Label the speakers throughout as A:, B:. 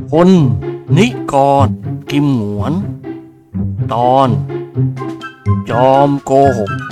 A: พลนิกรกิมหงวนตอนจอมโกหก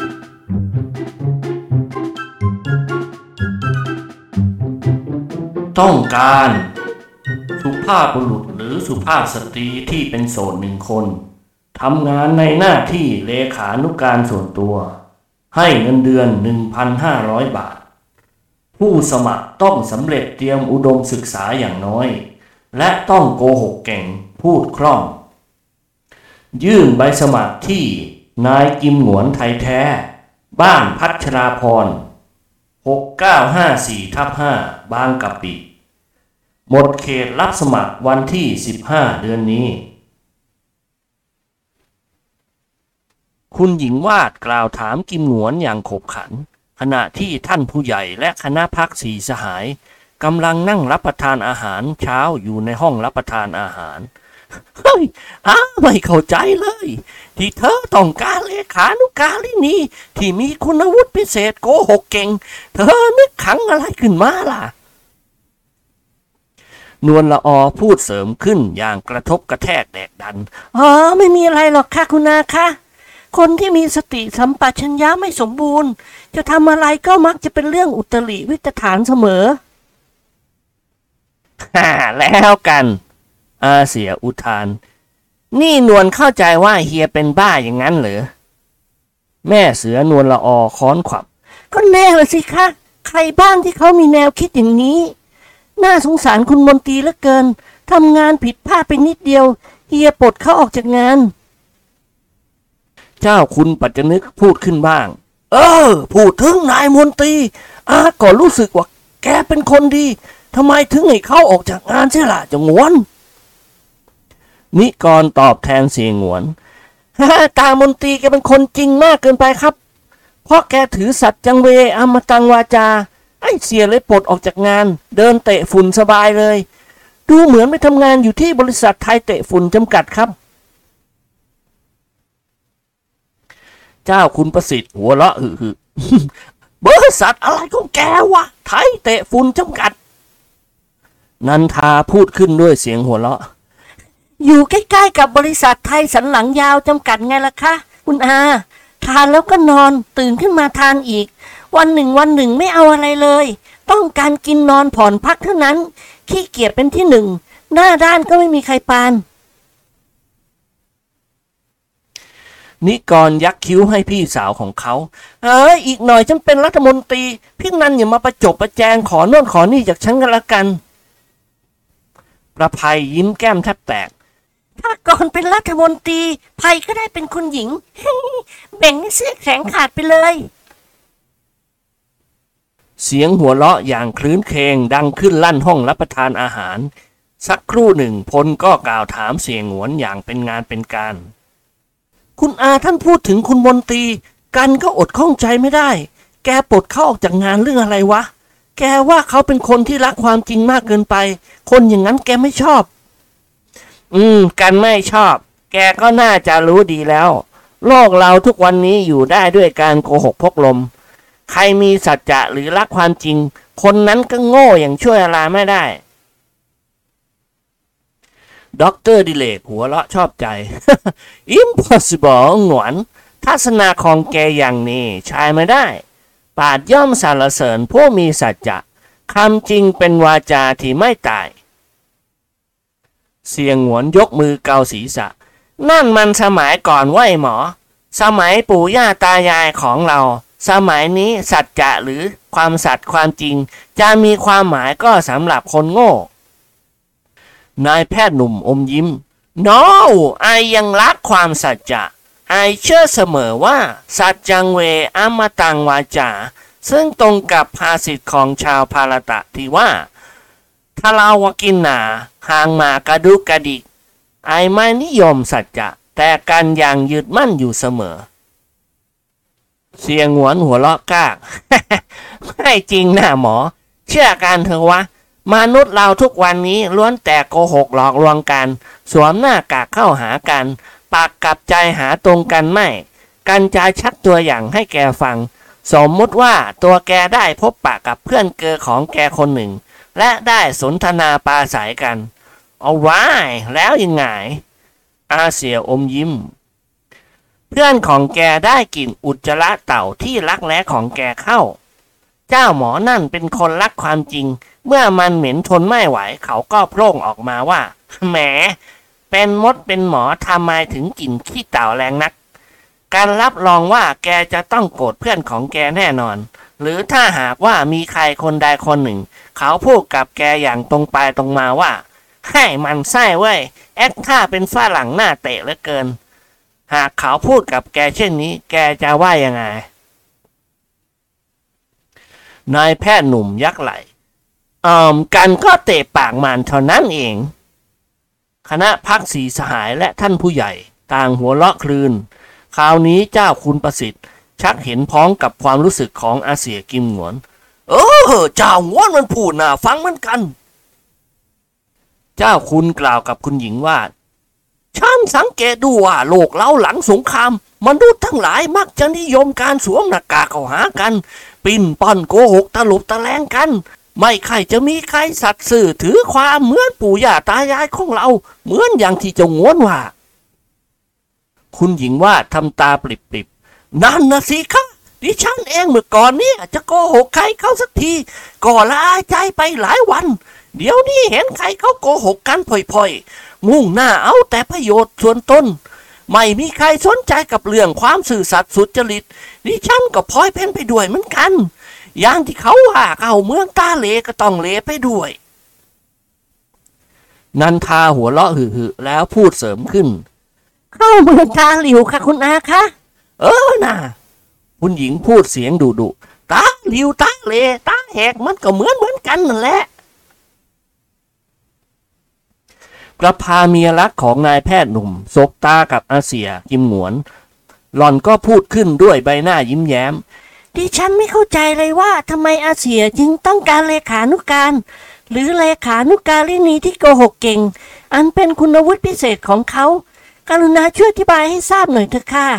A: ต้องการสุภาพบุรุษหรือสุภาพสตรีที่เป็นโสด1 คนทำงานในหน้าที่เลขานุการส่วนตัวให้เงินเดือน 1,500 บาทผู้สมัครต้องสำเร็จเตรียมอุดมศึกษาอย่างน้อยและต้องโกหกเก่งพูดคล่องยื่นใบสมัครที่นายกิมหงวนไทยแท้บ้านพัชราพร6954/5 บางกะปิหมดเขตรับสมัครวันที่15 เดือนนี้คุณหญิงวาดกล่าวถามกิมหงวนอย่างขบขันขณะที่ท่านผู้ใหญ่และคณะพักสี่สหายกำลังนั่งรับประทานอาหารเช้าอยู่ในห้องรับประทานอาหารเฮ้ยไม่เข้าใจเลยที่เธอต้องการเลขานุการินีที่มีคุณวุฒิพิเศษโกหกเก่งเธอนึกขังอะไรขึ้นมาล่ะนวลละออพูดเสริมขึ้นอย่างกระทบกระแทกแดกดันไม่มีอะไรหรอกค่ะคุณนาคะคนที่มีสติสัมปชัญญะไม่สมบูรณ์จะทำอะไรก็มักจะเป็นเรื่องอุตริวิตฐานเสมอแล้วกันอาเสียอุทานนี่นวลเข้าใจว่าเฮียเป็นบ้าอย่างนั้นเหรอแม่เสือนวลละออค้อนขวับก็แน่เลยสิคะใครบ้างที่เขามีแนวคิดอย่างนี้น่าสงสารคุณมนตรีเหลือเกินทำงานผิดพลาดไปนิดเดียวเฮียปลดเขาออกจากงานเจ้าคุณปัจจนึกพูดขึ้นบ้างพูดถึงนายมนตรีก็รู้สึกว่าแกเป็นคนดีทำไมถึงให้เขาออกจากงานเสียล่ะเจ้าหงวนนิกรตอบแทนเสียงหงวนตามนตรีแกเป็นคนจริงมากเกินไปครับเพราะแกถือสัตย์จังเวอมตังวาจาไอ้เสียเลยปลดออกจากงานเดินเตะฝุ่นสบายเลยดูเหมือนไปทำงานอยู่ที่บริษัทไทยเตะฝุ่นจำกัดครับเจ้าคุณประสิทธิ์หัวเราะบริษัทอะไรของแกวะไทยเตะฝุ่นจำกัดนันทาพูดขึ้นด้วยเสียงหัวเราะอยู่ใกล้ๆกับบริษัทไทยสันหลังยาวจำกัดไงล่ะคะคุณอาทานแล้วก็นอนตื่นขึ้นมาทานอีกวันหนึ่งไม่เอาอะไรเลยต้องการกินนอนผ่อนพักเท่านั้นขี้เกียจเป็นที่หนึ่งหน้าด้านก็ไม่มีใครปานนิกรยักคิ้วให้พี่สาวของเขาอีกหน่อยฉันเป็นรัฐมนตรีพี่นันอย่ามาประจบประแจงขอโน่นขอนี่จากฉันกันละกันประภัยยิ้มแก้มแทบแตกถ้าก่อนเป็นรัฐมนตรีภัยก็ได้เป็นคุณหญิง แบ่งให้เสื้อแข็งขาดไปเลยเสียงหัวเราะอย่างคลื้นเคงดังขึ้นลั่นห้องรับประทานอาหารสักครู่หนึ่งพลก็กล่าวถามเสียงหงวนอย่างเป็นงานเป็นการคุณอาท่านพูดถึงคุณมนตรีกันก็อดข้องใจไม่ได้แกปลดเขาออกจากงานเรื่องอะไรวะแกว่าเขาเป็นคนที่รักความจริงมากเกินไปคนอย่างนั้นแกไม่ชอบกันไม่ชอบแกก็น่าจะรู้ดีแล้วโลกเราทุกวันนี้อยู่ได้ด้วยการโกหกพกลมใครมีสัจจะหรือรักความจริงคนนั้นก็โง่อย่างช่วยอะไรไม่ได้ด็อกเตอร์ดิเลกหัวเราะชอบใจ Impossible หงวนทัศนาของแกอย่างนี้ใช้ไม่ได้ปาดย่อมสรรเสริญผู้มีสัจจะคำจริงเป็นวาจาที่ไม่ตายเสียงหงวนยกมือเกาศีรษะนั่นมันสมัยก่อนไว้หมอสมัยปู่ย่าตายายของเราสมัยนี้สัจจะหรือความสัตย์ความจริงจะมีความหมายก็สำหรับคนโง่นายแพทย์หนุ่มอมยิ้ม No ไอยังรักความสัจจะไอเชื่อเสมอว่าสัจจังเวอมตังวาจาซึ่งตรงกับภาษิตของชาวภารตะที่ว่าทลาวกินนาหางมากระดุกกระดิกไอไม่นิยมสัจจะแต่กันอย่างยึดมั่นอยู่เสมอเสียงหงวนหัวเราะกาก ไม่จริงนะหมอเชื่อกันเถอะวะมนุษย์เราทุกวันนี้ล้วนแต่โกหกหลอกลวงกันสวมหน้ากากเข้าหากันปากกับใจหาตรงกันไม่กันจะชักตัวอย่างให้แกฟังสมมุติว่าตัวแกได้พบปะกับเพื่อนเกอของแกคนหนึ่งและได้สนทนาปราศัยกันเอาไว้แล้วยังไงอาเซียอมยิ้มเพื่อนของแกได้กลิ่นอุจจาระเต่าที่รักแร้ของแกเข้าเจ้าหมอนั่นเป็นคนรักความจริงเมื่อมันเหม็นทนไม่ไหวเขาก็โพร่งออกมาว่าแหมเป็นมดเป็นหมอทำไมถึงกลิ่นขี้เต่าแรงนักการรับรองว่าแกจะต้องโกรธเพื่อนของแกแน่นอนหรือถ้าหากว่ามีใครคนใดคนหนึ่งเขาพูดกับแกอย่างตรงไปตรงมาว่าให้มันไส้เว้ยแอคท่าเป็นฝรั่งหน้าเตะเหลือเกินหากเขาพูดกับแกเช่นนี้แกจะว่ายังไงนายแพทย์หนุ่มยักไหลกันก็เตะปากมันเท่านั้นเองคณะพักสีสหายและท่านผู้ใหญ่ต่างหัวเราะคลืนคราวนี้เจ้าคุณประสิทธิ์ชักเห็นพ้องกับความรู้สึกของอาเสียกิมหงวนเจ้าหงวนมันพูดน่ะฟังเหมือนกันเจ้าคุณกล่าวกับคุณหญิงว่าฉันสังเกตดูว่าโลกเราหลังสงครามมนุษย์ทั้งหลายมักจะนิยมการสวมหน้ากากเข้าหากันปิ้นป้อนโกหกตลบตะแลงกันไม่ใครจะมีใครสัตย์ซื่อถือความเหมือนปู่ย่าตายายของเราเหมือนอย่างที่เจ้าหงวนว่าคุณหญิงว่าทำตาปริบๆนั่นนะสิคะดิฉันเองเมื่อก่อนเนี่ยจะโกหกใครเขาสักทีก็ละอายใจไปหลายวันเดี๋ยวนี้เห็นใครเขาโกหกกันพ่อยๆมุ่งหน้าเอาแต่ประโยชน์ส่วนตนไม่มีใครสนใจกับเรื่องความซื่อสัตย์สุจริตดิฉันก็พลอยเป็นไปด้วยเหมือนกันอย่างที่เขาว่าเข้าเมืองตาเหลก็ต้องเหลไปด้วยนันทาหัวเราะหึๆแล้วพูดเสริมขึ้นเข้าเมืองตาหลิวค่ะคุณอาคะน่ะคุณหญิงพูดเสียงดุๆตาหลิวตาเหลตาแหกมันก็เหมือนกันนั่นแหละประภาเมียรักของนายแพทย์หนุ่มสบตากับอาเซียกิมหงวนหล่อนก็พูดขึ้นด้วยใบหน้ายิ้มแย้มดิฉันไม่เข้าใจเลยว่าทำไมอาเซียจึงต้องการเลขานุการหรือเลขานุการินีที่โกหกเก่งอันเป็นคุณวุฒิพิเศษของเขากรุณาช่วยอธิบายให้ทราบหน่อยเถอะค่ะ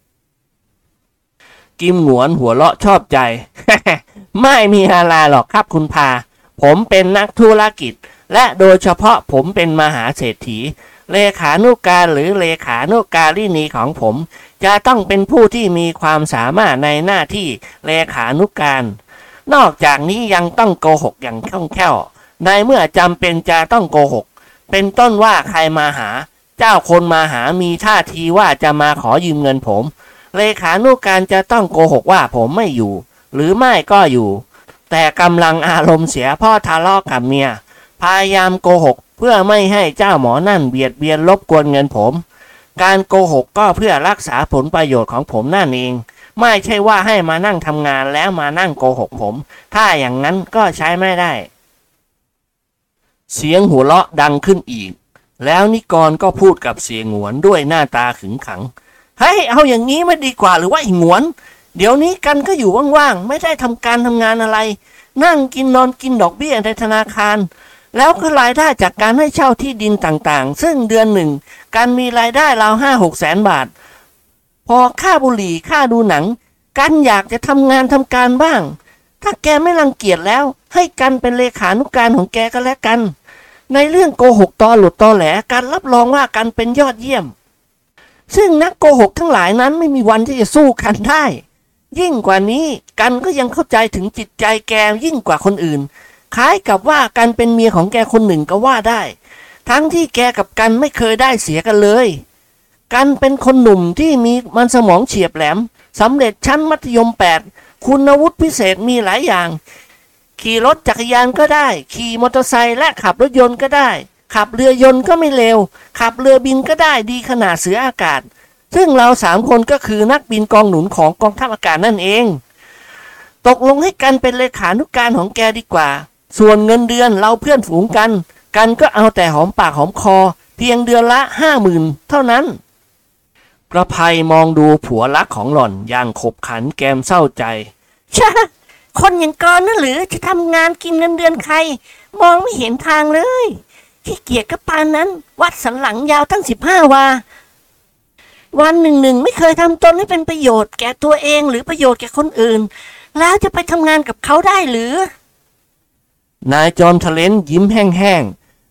A: กิมหงวนหัวเราะชอบใจ ไม่มีอะไรหรอกครับคุณพาผมเป็นนักธุรกิจและโดยเฉพาะผมเป็นมหาเศรษฐีเลขานุการหรือเลขานุการินีของผมจะต้องเป็นผู้ที่มีความสามารถในหน้าที่เลขานุการนอกจากนี้ยังต้องโกหกอย่างคล่องแคล่วในเมื่อจำเป็นจะต้องโกหกเป็นต้นว่าใครมาหาเจ้าคนมาหามีท่าทีว่าจะมาขอยืมเงินผมเลขานุการจะต้องโกหกว่าผมไม่อยู่หรือไม่ก็อยู่แต่กำลังอารมณ์เสียเพราะทะเลาะกับเมียพยายามโกหกเพื่อไม่ให้เจ้าหมอนั่นเบียดเบียนรบกวนเงินผมการโกหกก็เพื่อรักษาผลประโยชน์ของผมนั่นเองไม่ใช่ว่าให้มานั่งทำงานแล้วมานั่งโกหกผมถ้าอย่างนั้นก็ใช้ไม่ได้เสียงหัวเราะดังขึ้นอีกแล้วนิกรก็พูดกับเสียหงวนด้วยหน้าตาขึงขังเฮ้ยเอาอย่างนี้ไม่ดีกว่าหรือว่าไอ้หงวนเดี๋ยวนี้กันก็อยู่ว่างๆไม่ได้ทำงานอะไรนั่งกินนอนกินดอกเบี้ยในธนาคารแล้วก็รายได้จากการให้เช่าที่ดินต่างๆซึ่งเดือนหนึ่งการมีรายได้ราว5-6 แสนบาทพอค่าบุหรี่ค่าดูหนังกันอยากจะทำงานทำการบ้างถ้าแกไม่รังเกียจแล้วให้กันเป็นเลขานุการของแกก็แล้วกันในเรื่องโกหกตอหลุดตอแหลการรับรองว่ากันเป็นยอดเยี่ยมซึ่งนักโกหกทั้งหลายนั้นไม่มีวันที่จะสู้กันได้ยิ่งกว่านี้กันก็ยังเข้าใจถึงจิตใจแกยิ่งกว่าคนอื่นคล้ายกับว่ากันเป็นเมียของแกคนหนึ่งก็ว่าได้ทั้งที่แกกับกันไม่เคยได้เสียกันเลยกันเป็นคนหนุ่มที่มีมันสมองเฉียบแหลมสำเร็จชั้นมัธยม8คุณวุฒิพิเศษมีหลายอย่างขี่รถจักรยานก็ได้ขี่มอเตอร์ไซค์และขับรถยนต์ก็ได้ขับเรือยนต์ก็ไม่เลวขับเรือบินก็ได้ดีขนาดเสืออากาศซึ่งเรา3 คนก็คือนักบินกองหนุนของกองทัพอากาศนั่นเองตกลงให้กันเป็นเลขานุการของแกดีกว่าส่วนเงินเดือนเราเพื่อนฝูงกันก็เอาแต่หอมปากหอมคอเพียงเดือนละ50,000เท่านั้นกระไพมองดูผัวรักของหล่อนอย่างขบขันแกมเศร้าใจชะคนอย่างกรนั่นหรือจะทำงานกินเงินเดือนใครมองไม่เห็นทางเลยขี้เกียจกระปานนั้นวัดสันหลังยาวทั้ง15 วาวันหนึ่งไม่เคยทำตนให้เป็นประโยชน์แก่ตัวเองหรือประโยชน์แก่คนอื่นแล้วจะไปทำงานกับเขาได้หรือนายจอมทะเลนยิ้มแห้ง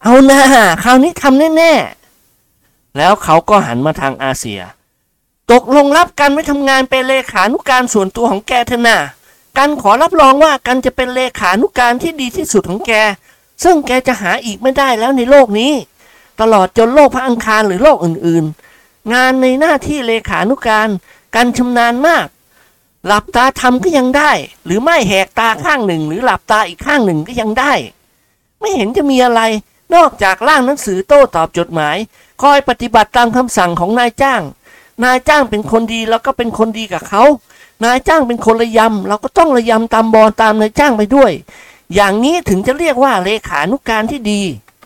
A: เอาหน้าคราวนี้ทำแน่ๆแล้วเขาก็หันมาทางอาเซียตกลงรับกันไว้ทำงานเป็นเลขานุการส่วนตัวของแกเถอะนะกันขอรับรองว่ากันจะเป็นเลขานุการที่ดีที่สุดของแกซึ่งแกจะหาอีกไม่ได้แล้วในโลกนี้ตลอดจนโลกพระอังคารหรือโลกอื่นๆงานในหน้าที่เลขานุการกันชำนาญมากหลับตาทำก็ยังได้หรือไม่แหกตาข้างหนึ่งหรือหลับตาอีกข้างหนึ่งก็ยังได้ไม่เห็นจะมีอะไรนอกจากร่างหนังสือโต้ตอบจดหมายคอยปฏิบัติตามคำสั่งของนายจ้างนายจ้างเป็นคนดีเราก็เป็นคนดีกับเขานายจ้างเป็นคนระยำเราก็ต้องระยำตามบอลตามนายจ้างไปด้วยอย่างนี้ถึงจะเรียกว่าเลขานุการที่ดี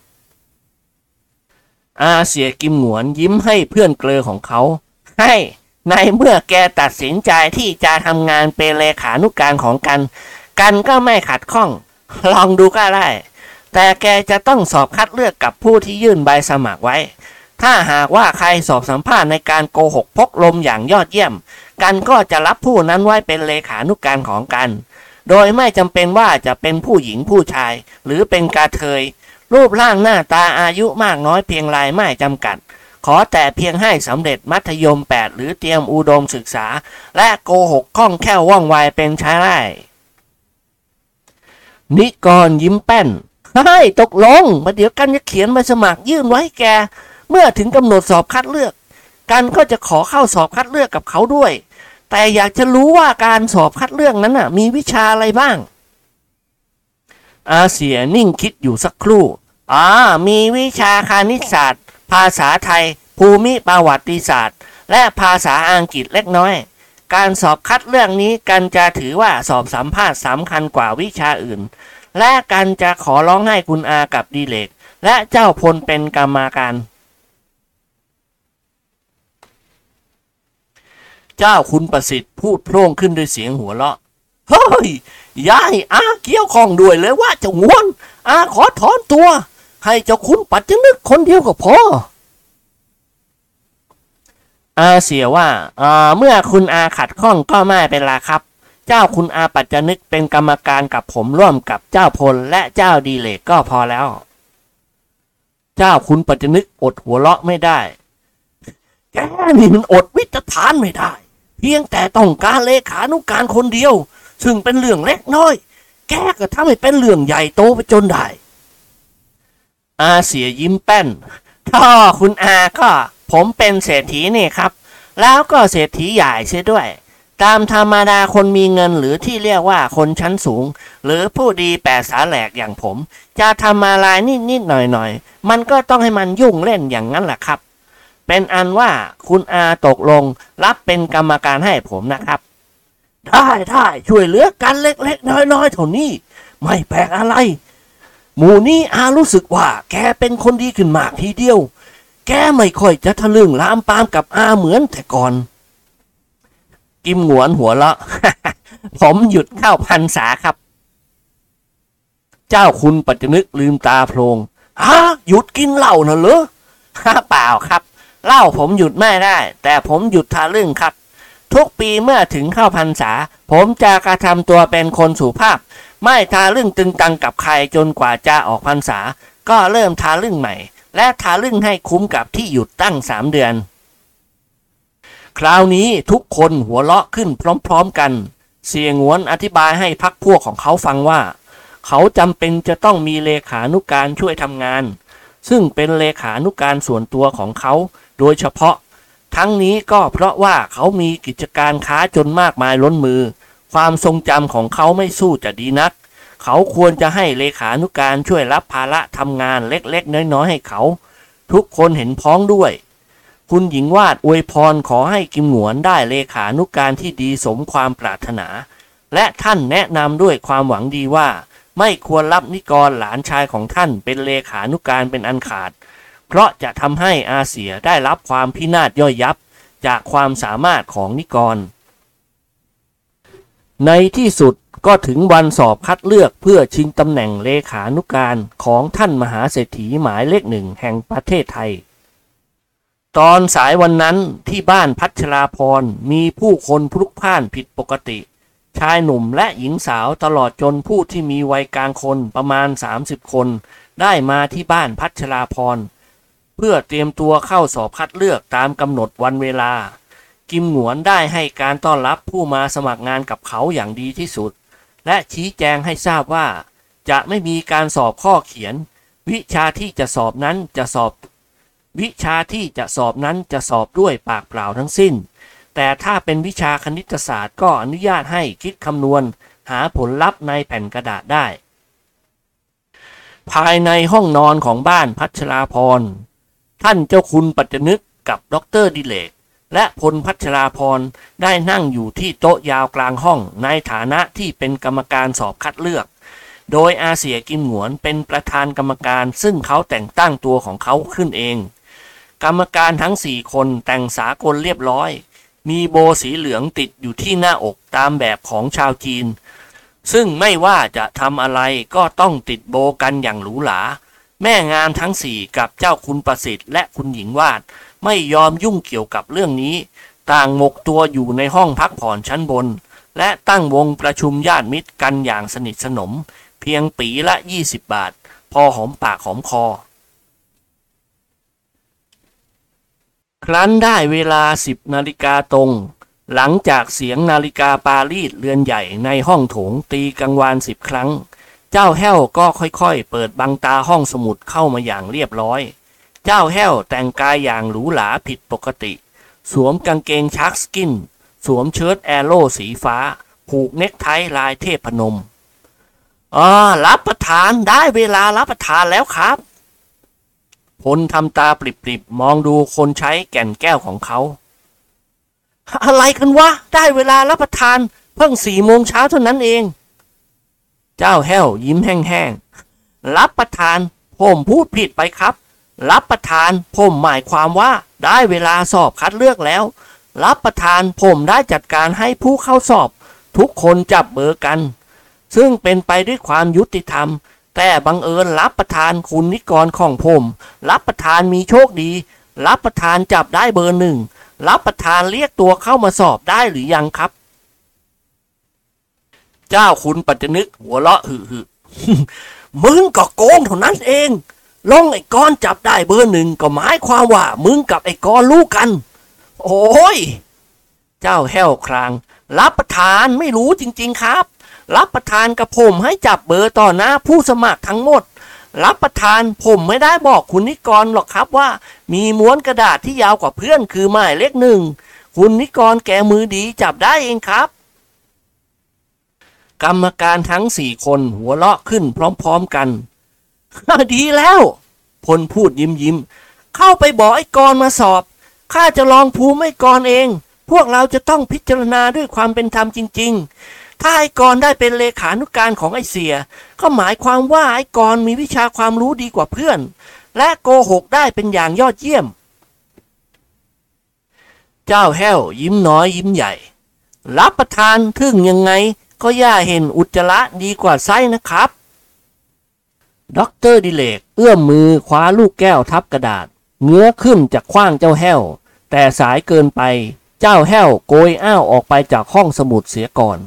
A: อาเสียกิมหงวนยิ้มให้เพื่อนเกลอของเขาให้ในเมื่อแกตัดสินใจที่จะทำงานเป็นเลขานุการของกันก็ไม่ขัดข้องลองดูก็ได้แต่แกจะต้องสอบคัดเลือกกับผู้ที่ยื่นใบสมัครไว้ถ้าหากว่าใครสอบสัมภาษณ์ในการโกหกพกลมอย่างยอดเยี่ยมกันก็จะรับผู้นั้นไว้เป็นเลขานุการของกันโดยไม่จำเป็นว่าจะเป็นผู้หญิงผู้ชายหรือเป็นกาเทยรูปร่างหน้าตาอายุมากน้อยเพียงไรไม่จำกัดขอแต่เพียงให้สำเร็จมัธยม8หรือเตรียมอุดมศึกษาและโกหกคล่องแคล่วว่องไวเป็นใช้ได้นิกรยิ้มแป้นให้ตกลงประเดี๋ยวกันจะเขียนใบสมัครยื่นไว้แกเมื่อถึงกำหนดสอบคัดเลือกกันก็จะขอเข้าสอบคัดเลือกกับเขาด้วยแต่อยากจะรู้ว่าการสอบคัดเลือกนั้นมีวิชาอะไรบ้างอาเซียนิ่งคิดอยู่สักครู่มีวิชาคณิตศาสตร์ภาษาไทยภูมิประวัติศาสตร์และภาษาอังกฤษเล็กน้อยการสอบคัดเลือกนี้กันจะถือว่าสอบสัมภาษณ์สำคัญกว่าวิชาอื่นและกันจะขอร้องให้คุณอากับดีเลกและเจ้าพลเป็นกรรมาการเจ้าคุณประสิทธิ์พูดโพร่งขึ้นด้วยเสียงหัวเราะเฮ้ยยายอาเกี่ยวข้องด้วยเลยว่าเจ้างวนอาขอถอนตัวให้เจ้าคุณปัจจนึกคนเดียวก็พออาเสียว่าเมื่อคุณอาขัดข้องก็ไม่เป็นไรครับเจ้าคุณอาปัจจนึกเป็นกรรมการกับผมร่วมกับเจ้าพลและเจ้าดีเลกก็พอแล้วเจ้าคุณปัจจนึกอดหัวเราะไม่ได้แกนี่มันอดวิจารณ์ไม่ได้เพียงแต่ต้องการเลขานุการคนเดียวซึ่งเป็นเรื่องเล็กน้อยแกก็ทำให้เป็นเรื่องใหญ่โตไปจนได้อาเสียยิ้มแป้นถ้าคุณอาก็ผมเป็นเศรษฐีนี่ครับแล้วก็เศรษฐีใหญ่เสียด้วยตามธรรมดาคนมีเงินหรือที่เรียกว่าคนชั้นสูงหรือผู้ดีแปดสาแหลกอย่างผมจะทำอะไรนิดหน่อยมันก็ต้องให้มันยุ่งเล่นอย่างนั้นแหละครับเป็นอันว่าคุณอาตกลงรับเป็นกรรมการให้ผมนะครับได้ช่วยเหลือกันเล็กๆน้อยๆเท่านี้ไม่แปลกอะไรหมู่นี้อารู้สึกว่าแกเป็นคนดีขึ้นมากทีเดียวแกไม่ค่อยจะทะลึ่งลามปามกับอาเหมือนแต่ก่อนกิมหงวนหัวเราะ ผมหยุดเข้าพรรษาครับเจ้าคุณปัจจนึกลืมตาโพลงหยุดกินเหล้าน่ะเหรอเปล่าครับเหล้าผมหยุดไม่ได้แต่ผมหยุดทะลึ่งครับทุกปีเมื่อถึงเข้าพรรษาผมจะกระทำตัวเป็นคนสุภาพไม่ทะลึ่งตึงตังกับใครจนกว่าจะออกพรรษาก็เริ่มทะลึ่งใหม่และทะลึ่งให้คุ้มกับที่หยุดตั้ง3 เดือนคราวนี้ทุกคนหัวเราะขึ้นพร้อมๆกันเสียงวนอธิบายให้พรรคพวกของเขาฟังว่าเขาจำเป็นจะต้องมีเลขานุการช่วยทำงานซึ่งเป็นเลขานุการส่วนตัวของเขาโดยเฉพาะทั้งนี้ก็เพราะว่าเขามีกิจการค้าจนมากมายล้นมือความทรงจำของเขาไม่สู้จะดีนักเขาควรจะให้เลขานุการช่วยรับภาระทำงานเล็กๆน้อยๆให้เขาทุกคนเห็นพ้องด้วยคุณหญิงวาดอวยพรขอให้กิมหงวนได้เลขานุการที่ดีสมความปรารถนาและท่านแนะนำด้วยความหวังดีว่าไม่ควรรับนิกรหลานชายของท่านเป็นเลขานุการเป็นอันขาดเพราะจะทำให้อาเสียได้รับความพินาศย่อยยับจากความสามารถของนิกรในที่สุดก็ถึงวันสอบคัดเลือกเพื่อชิงตำแหน่งเลขานุการของท่านมหาเศรษฐีหมายเลข1แห่งประเทศไทยตอนสายวันนั้นที่บ้านพัชราพรมีผู้คนพลุกพล่านผิดปกติชายหนุ่มและหญิงสาวตลอดจนผู้ที่มีวัยกลางคนประมาณ30 คนได้มาที่บ้านพัชราพรเพื่อเตรียมตัวเข้าสอบคัดเลือกตามกำหนดวันเวลากิมหนวนได้ให้การต้อนรับผู้มาสมัครงานกับเขาอย่างดีที่สุดและชี้แจงให้ทราบว่าจะไม่มีการสอบข้อเขียนวิชาที่จะสอบนั้นจะสอบด้วยปากเปล่าทั้งสิ้นแต่ถ้าเป็นวิชาคณิตศาสตร์ก็อนุญาตให้คิดคำนวณหาผลลัพธ์ในแผ่นกระดาษได้ภายในห้องนอนของบ้านพัชราพรท่านเจ้าคุณปัจจนึกกับดร.ดิเลกและพลพัชราพรได้นั่งอยู่ที่โต๊ะยาวกลางห้องในฐานะที่เป็นกรรมการสอบคัดเลือกโดยอาเสียกิมหนวนเป็นประธานกรรมการซึ่งเขาแต่งตั้งตัวของเขาขึ้นเองกรรมการทั้ง4คนแต่งสากลเรียบร้อยมีโบสีเหลืองติดอยู่ที่หน้าอกตามแบบของชาวจีนซึ่งไม่ว่าจะทำอะไรก็ต้องติดโบกันอย่างหรูหราแม่งามทั้ง4กับเจ้าคุณประสิทธิ์และคุณหญิงวาดไม่ยอมยุ่งเกี่ยวกับเรื่องนี้ต่างหมกตัวอยู่ในห้องพักผ่อนชั้นบนและตั้งวงประชุมญาติมิตรกันอย่างสนิทสนมเพียงปีละ20 บาทพอหอมปากหอมคอครั้นได้เวลา10 นาฬิกาตรงหลังจากเสียงนาฬิกาปารีสเรือนใหญ่ในห้องโถงตีกังวาน10 ครั้งเจ้าแห้วก็ค่อยๆเปิดบังตาห้องสมุดเข้ามาอย่างเรียบร้อยเจ้าแห้วแต่งกายอย่างหรูหราผิดปกติสวมกางเกงชักสกินสวมเชิ้ตแอโร่สีฟ้าผูกเน็กไทลายเทพนมรับประทานได้เวลารับประทานแล้วครับพลทำตาปริบๆมองดูคนใช้แก่นแก้วของเขาอะไรกันวะได้เวลารับประทานเพิ่ง4 โมงเช้าเท่านั้นเองเจ้าแห้วยิ้มแห้งๆรับประทานผมพูดผิดไปครับรับประทานผมหมายความว่าได้เวลาสอบคัดเลือกแล้วรับประทานผมได้จัดการให้ผู้เข้าสอบทุกคนจับเบอร์กันซึ่งเป็นไปด้วยความยุติธรรมแต่บังเอิญรับประทานคุณนิกรของผมรับประทานมีโชคดีรับประทานจับได้เบอร์ 1รับประทานเรียกตัวเข้ามาสอบได้หรือยังครับเจ้าคุณปัจจนึกหัวเราะหึมึงก็โกงเท่านั้นเองลงไอ้กรจับได้เบอร์ 1ก็หมายความว่ามึงกับไอ้กรรู้กันโอ้ยเจ้าแห้วครางรับประทานไม่รู้จริงๆครับรับประทานกับผมให้จับเบอร์ต่อหน้าผู้สมัครทั้งหมดรับประทานผมไม่ได้บอกคุณนิกรหรอกครับว่ามีม้วนกระดาษที่ยาวกว่าเพื่อนคือหมายเลข 1คุณนิกรแกมือดีจับได้เองครับกรรมการทั้ง4 คนหัวเราะขึ้นพร้อมๆกันดีแล้วพลพูดยิ้มเข้าไปบอกไอ้กรมาสอบข้าจะลองภูมิไอ้กรเองพวกเราจะต้องพิจารณาด้วยความเป็นธรรมจริงๆถ้าไอ้กรได้เป็นเลขานุการของไอ้เสียก็หมายความว่าไอ้กรมีวิชาความรู้ดีกว่าเพื่อนและโกหกได้เป็นอย่างยอดเยี่ยมเจ้าแห้วยิ้มน้อยยิ้มใหญ่รับประทานทึ่งยังไงก็ย่าเห็นอุจจาระดีกว่าไส้นะครับดร.ดิเลกเอื้อมมือคว้าลูกแก้วทับกระดาษเงื้อขึ้นจากขว้างเจ้าแห้วแต่สายเกินไปเจ้าแห้วโกยอ้าวออกไปจากห้องสมุดเสียก่อน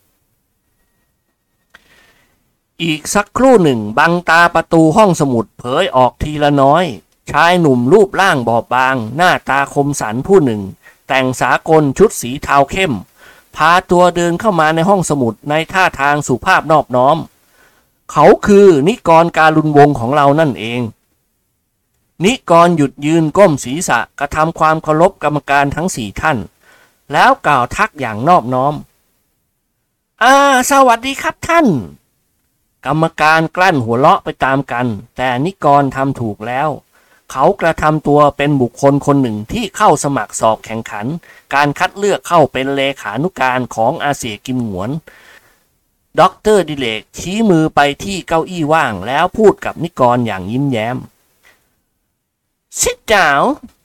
A: อีกสักครู่หนึ่งบังตาประตูห้องสมุดเผยออกทีละน้อยชายหนุ่มรูปร่างบอบบางหน้าตาคมสันผู้หนึ่งแต่งสากลชุดสีเทาเข้มพาตัวเดินเข้ามาในห้องสมุดในท่าทางสุภาพนอบน้อมเขาคือนิกรการุณวงศ์ของเรานั่นเองนิกรหยุดยืนก้มศีรษะกระทำความเคารพกรรมการทั้ง4 ท่านแล้วกล่าวทักอย่างนอบน้อมสวัสดีครับท่านกรรมการกลั้นหัวเราะไปตามกันแต่นิกรทำถูกแล้วเขากระทำตัวเป็นบุคคลคนหนึ่งที่เข้าสมัครสอบแข่งขันการคัดเลือกเข้าเป็นเลขานุการของอาเสียกิมหนวนดร.ดิเลกชี้มือไปที่เก้าอี้ว่างแล้วพูดกับนิกรอย่างยิ้มแย้ม Sit down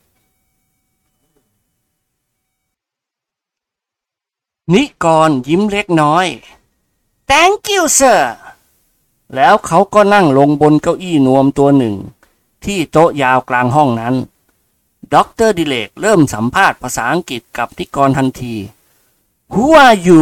A: นิกรยิ้มเล็กน้อย Thank you sir แล้วเขาก็นั่งลงบนเก้าอี้นวมตัวหนึ่งที่โต๊ะยาวกลางห้องนั้นดร.ดิเลกเริ่มสัมภาษณ์ภาษาอังกฤษกับนิกรทันที Who are you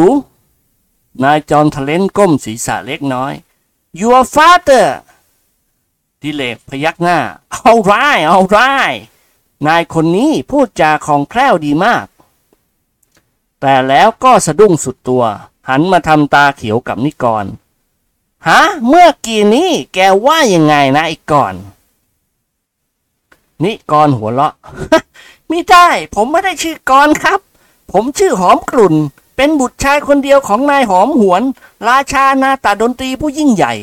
A: นายจอห์นเทเลนก้มศีรษะเล็กน้อย Your father ดิเลกพยักหน้าเอาไรนายคนนี้พูดจาคล่องแคล่วดีมากแต่แล้วก็สะดุ้งสุดตัวหันมาทำตาเขียวกับนิกรฮะเมื่อกี้นี้แกว่ายังไงนะไอ้ก่อนนิกรหัวเราะ ไม่ได้ผมไม่ได้ชื่อกรครับผมชื่อหอมกลุ่นเป็นบุตรชายคนเดียวของนายหอมหวนราชานาตาดนตรีผู้ยิ่งใหญ่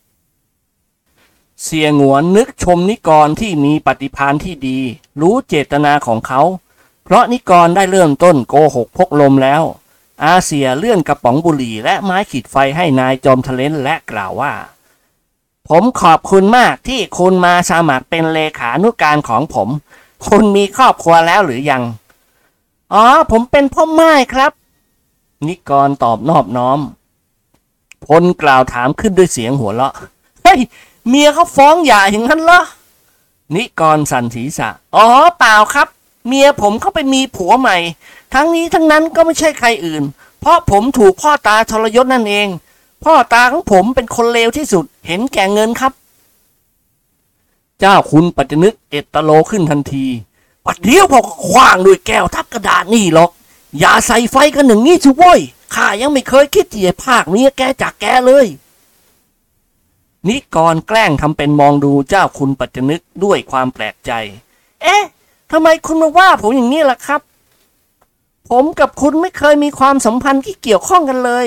A: เสียงวนนึกชมนิกรที่มีปฏิภาณที่ดีรู้เจตนาของเขาเพราะนิกรได้เริ่มต้นโกหกพกลมแล้วอาเซียเลื่อนกระป๋องบุหรี่และไม้ขีดไฟให้นายจอมทะเลนและกล่าวว่าผมขอบคุณมากที่คุณมาสมัครเป็นเลขานุการของผมคุณมีครอบครัวแล้วหรือยังอ๋อผมเป็นพ่อไม้ครับนิกรตอบนอบน้อมพลกล่าวถามขึ้นด้วยเสียงหัวเราะเฮ้ยเมียเขาฟ้องหย่าอย่างนั้นเหรอนิกรสั่นศีรษะอ๋อเปล่าครับเมียผมเขาไปมีผัวใหม่ทั้งนี้ทั้งนั้นก็ไม่ใช่ใครอื่นเพราะผมถูกพ่อตาทรยศนั่นเองพ่อตาของผมเป็นคนเลวที่สุดเห็นแก่เงินครับเจ้าคุณปัจจนึกเอตโลขึ้นทันทีปัดเดียวพอคว้างด้วยแก้วทับกระดาษนี่หรอกอย่าใส่ไฟกันหนึ่งนี่สิโว้ยข้ายังไม่เคยคิดที่จะพากเมียแกจากแกเลยนิกรแกล้งทำเป็นมองดูเจ้าคุณปัจจนึกด้วยความแปลกใจเอ๊ะทำไมคุณมาว่าผมอย่างนี้ล่ะครับผมกับคุณไม่เคยมีความสัมพันธ์ที่เกี่ยวข้องกันเลย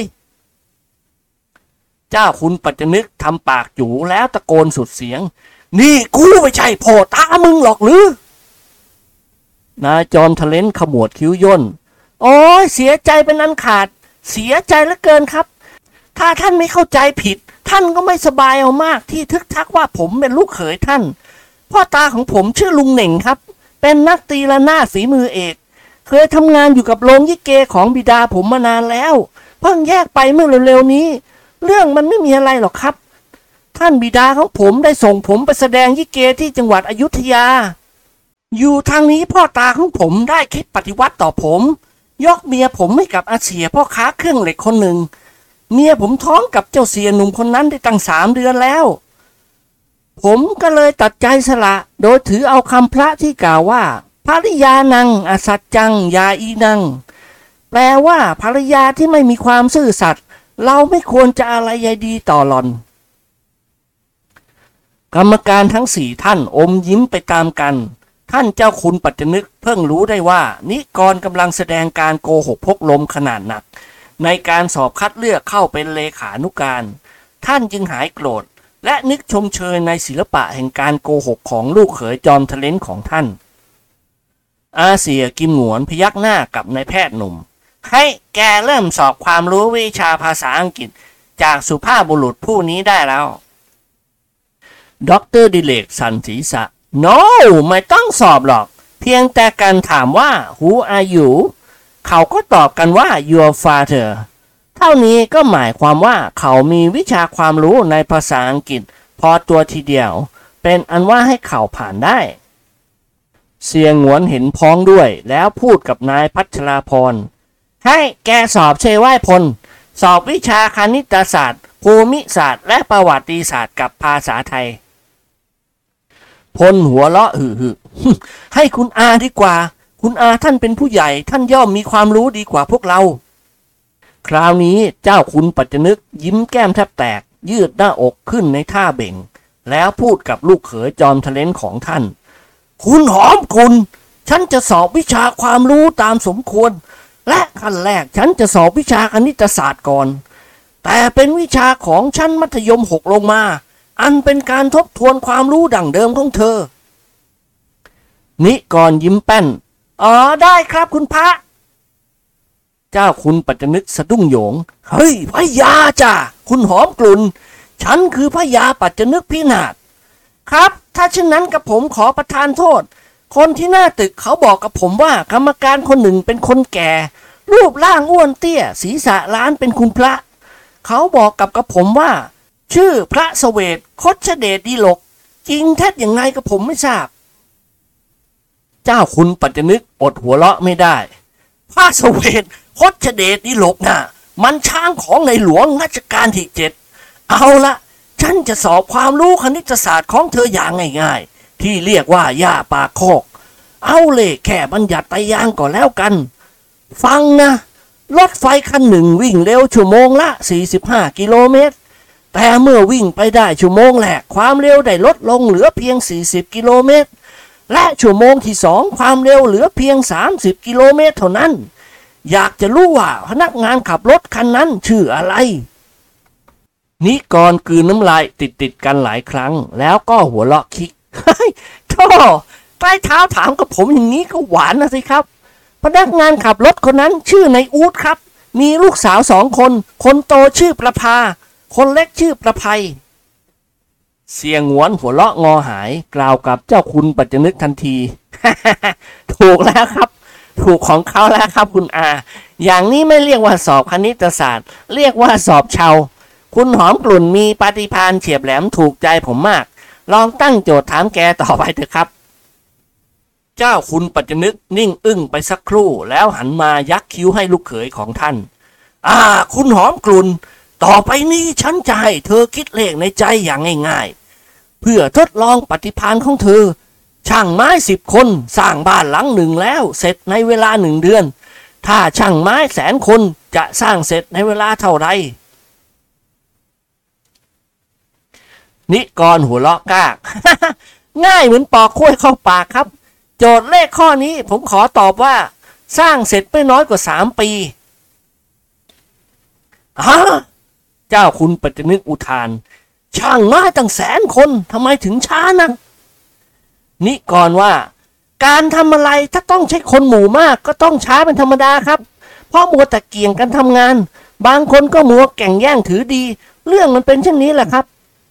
A: เจ้าคุณปัจจนึกทำปากจู๋แล้วตะโกนสุดเสียงนี่กูไม่ใช่พ่อตามึงหรอกหรือนายจอมทะเลนขมวดคิ้วย่นโอ้ยเสียใจเป็นอันขาดเสียใจเหลือเกินครับถ้าท่านไม่เข้าใจผิดท่านก็ไม่สบายเอามากที่ทึกทักว่าผมเป็นลูกเขยท่านพ่อตาของผมชื่อลุงเหน่งครับเป็นนักตีระนาดฝีมือเอกเคยทำงานอยู่กับโรงยิเกของบิดาผมมานานแล้วเพิ่งแยกไปเมื่อเร็วๆนี้เรื่องมันไม่มีอะไรหรอกครับท่านบิดาของผมได้ส่งผมไปแสดงยิเกที่จังหวัดอยุธยาอยู่ทางนี้พ่อตาของผมได้คิดปฏิวัติต่อผมยกเมียผมให้กับอาเสียพ่อค้าเครื่องเหล็กคนหนึ่งเมียผมท้องกับเจ้าเสียหนุ่มคนนั้นได้ตั้ง3 เดือนแล้วผมก็เลยตัดใจสละโดยถือเอาคำพระที่กล่าวว่าภริยานังอสัจจังยาอีนังแปลว่าภรรยาที่ไม่มีความซื่อสัตย์เราไม่ควรจะอะไรใยดีต่อหล่อนกรรมการทั้ง4ท่านอมยิ้มไปตามกันท่านเจ้าคุณปัจจนึกเพิ่งรู้ได้ว่านิกรกำลังแสดงการโกหกพกลมขนาดหนักในการสอบคัดเลือกเข้าเป็นเลขานุการท่านจึงหายโกรธและนึกชมเชยในศิลปะแห่งการโกหกของลูกเขยจอมทะเลนของท่านอาเซียกิมหงวนพยักหน้ากับนายแพทย์หนุ่มให้แกเริ่มสอบความรู้วิชาภาษาอังกฤษจากสุภาพบุรุษผู้นี้ได้แล้วด็อกเตอร์ดิเลกสั่นศีรษะ No ไม่ต้องสอบหรอกเพียงแต่การถามว่า Who are you เขาก็ตอบกันว่า Your father เท่านี้ก็หมายความว่าเขามีวิชาความรู้ในภาษาอังกฤษพอตัวทีเดียวเป็นอันว่าให้เขาผ่านได้เสียงหวนเห็นพ้องด้วยแล้วพูดกับนายพัชราพรให้แกสอบเชว่ายพลสอบวิชาคณิตศาสตร์ภูมิศาสตร์และประวัติศาสตร์กับภาษาไทยพลหัวเราะหึให้คุณอาดีกว่าคุณอาท่านเป็นผู้ใหญ่ท่านย่อมมีความรู้ดีกว่าพวกเราคราวนี้เจ้าคุณปัจจนึกยิ้มแก้มแทบแตกยืดหน้าอกขึ้นในท่าเบ่งแล้วพูดกับลูกเขยจอมทะเลนของท่านคุณหอมคุณฉันจะสอบวิชาความรู้ตามสมควรและขั้นแรกฉันจะสอบวิชาคณิตศาสตร์ก่อนแต่เป็นวิชาของชั้นมัธยม6ลงมาอันเป็นการทบทวนความรู้ดั่งเดิมของเธอนิกรยิ้มแป้นอ๋อได้ครับคุณพระเจ้าคุณปัจจนึกสะดุ้งโหยงเฮ้ยพระยาจ้ะคุณหอมกลุ่นฉันคือพระยาปัจจนึกพินาศครับถ้าเช่นนั้นกับผมขอประทานโทษคนที่หน้าตึกเขาบอกกับผมว่ากรรมการคนหนึ่งเป็นคนแก่รูปร่างอ้วนเตี้ยศีรษะล้านเป็นคุณพระเขาบอกกับผมว่าชื่อพระเสวตคชเดชดีหลกจริงแท้ยังไงกับผมไม่ทราบเจ้าคุณปัจจนึกอดหัวเราะไม่ได้พระเสวตคชเดชดีหลกน่ะมันช้างของในหลวงรัชกาลที่7เอาละฉฉันจะสอบความรู้คณิตศาสตร์ของเธออย่างง่ายๆที่เรียกว่าหญ้าปากคอกเอาเลยแค่บัญญัติไตรยางก่อนแล้วกันฟังนะรถไฟคันหนึ่งวิ่งเร็วชั่วโมงละ45กิโลเมตรแต่เมื่อวิ่งไปได้ชั่วโมงแรกความเร็วได้ลดลงเหลือเพียง40กิโลเมตรและชั่วโมงที่2ความเร็วเหลือเพียง30กิโลเมตรเท่านั้นอยากจะรู้ว่าพนักงานขับรถคันนั้นชื่ออะไรนิกรกลืนน้ำลายติดกันหลายครั้งแล้วก็หัวเราะคิกเฮ้ยโธ่ใต้เท้าถามกับผมอย่างนี้ก็หวานนะสิครับพนักงานขับรถคนนั้นชื่อนายอู๊ดครับมีลูกสาว2คนคนโตชื่อประภาคนเล็กชื่อประภัยเสียงหวนหัวเราะงอหายกล่าวกับเจ้าคุณปัจจนึกทันที ถูกแล้วครับถูกของเขาแล้วครับคุณอาอย่างนี้ไม่เรียกว่าสอบคณิตศาสตร์เรียกว่าสอบเชาคุณหอมกลุ่นมีปฏิภาณเฉียบแหลมถูกใจผมมากลองตั้งโจทย์ถามแกต่อไปเถอะครับเจ้าคุณปัจจนึกนิ่งอึ้งไปสักครู่แล้วหันมายักคิ้วให้ลูกเขยของท่านคุณหอมกลุ่นต่อไปนี้ฉันจะให้เธอคิดเลขในใจอย่างง่ายๆเพื่อทดลองปฏิภาณของเธอช่างไม้10คนสร้างบ้านหลังหนึ่งแล้วเสร็จในเวลา1เดือนถ้าช่างไม้100,000 คนจะสร้างเสร็จในเวลาเท่าไรนิกรหัวเราะกาก ง่ายเหมือนปอกกล้วยเข้าปากครับโจทย์เลขข้อนี้ผมขอตอบว่าสร้างเสร็จไม่น้อยกว่า3 ปีเจ้าคุณปัจจนึกอุทานช่างไม้ตั้ง100,000 คนทำไมถึงช้านักนิกรว่าการทำอะไรถ้าต้องใช้คนหมู่มากก็ต้องช้าเป็นธรรมดาครับเพราะมัวแต่เกี่ยงกันทำงานบางคนก็มัวแก่งแย่งถือดีเรื่องมันเป็นเช่นนี้แหละครับ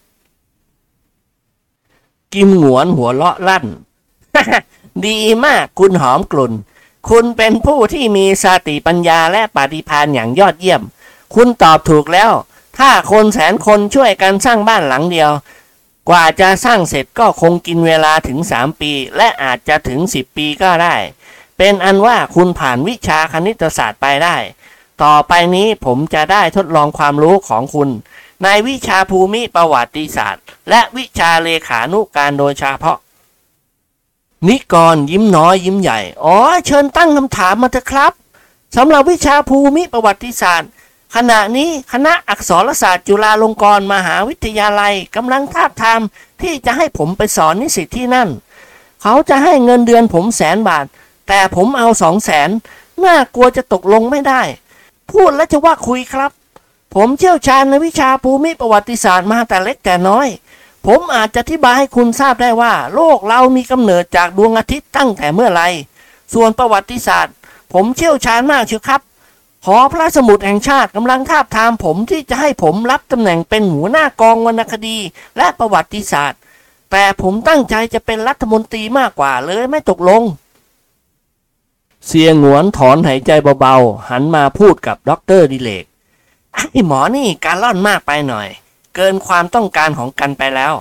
A: กิมหงวนหัวเลาะลั่น ดีมากคุณหอมกลุ่นคุณเป็นผู้ที่มีสติปัญญาและปฏิภาณอย่างยอดเยี่ยมคุณตอบถูกแล้วถ้าคน100,000 คนช่วยกันสร้างบ้านหลังเดียวกว่าจะสร้างเสร็จก็คงกินเวลาถึง3 ปีและอาจจะถึง10 ปีก็ได้เป็นอันว่าคุณผ่านวิชาคณิตศาสตร์ไปได้ต่อไปนี้ผมจะได้ทดลองความรู้ของคุณในวิชาภูมิประวัติศาสตร์และวิชาเลขานุการโดยเฉพาะนิกรยิ้มน้อยยิ้มใหญ่เชิญตั้งคำถามมาเถอะครับสำหรับวิชาภูมิประวัติศาสตร์ขณะนี้คณะอักษรศาสตร์จุฬาลงกรณ์มหาวิทยาลัยกำลังทาบทามที่จะให้ผมไปสอนนิสิตที่นั่นเขาจะให้เงินเดือนผม100,000 บาทแต่ผมเอา200,000น่ากลัวจะตกลงไม่ได้พูดแล้วจะว่าคุยครับผมเชี่ยวชาญในวิชาภูมิประวัติศาสตร์มาแต่เล็กแต่น้อยผมอาจจะอธิบายให้คุณทราบได้ว่าโลกเรามีกำเนิดจากดวงอาทิตย์ตั้งแต่เมื่อไรส่วนประวัติศาสตร์ผมเชี่ยวชาญมากเชียวครับหอพระสมุดแห่งชาติกำลังทาบทามผมที่จะให้ผมรับตำแหน่งเป็นหัวหน้ากองวรรณคดีและประวัติศาสตร์แต่ผมตั้งใจจะเป็นรัฐมนตรีมากกว่าเลยไม่ตกลงเสียงหงวนถอนหายใจเบาๆหันมาพูดกับดร.ดิเลกไอ้หมอนี่การล่อนมากไปหน่อยเกินความต้องการของกันไปแล้ว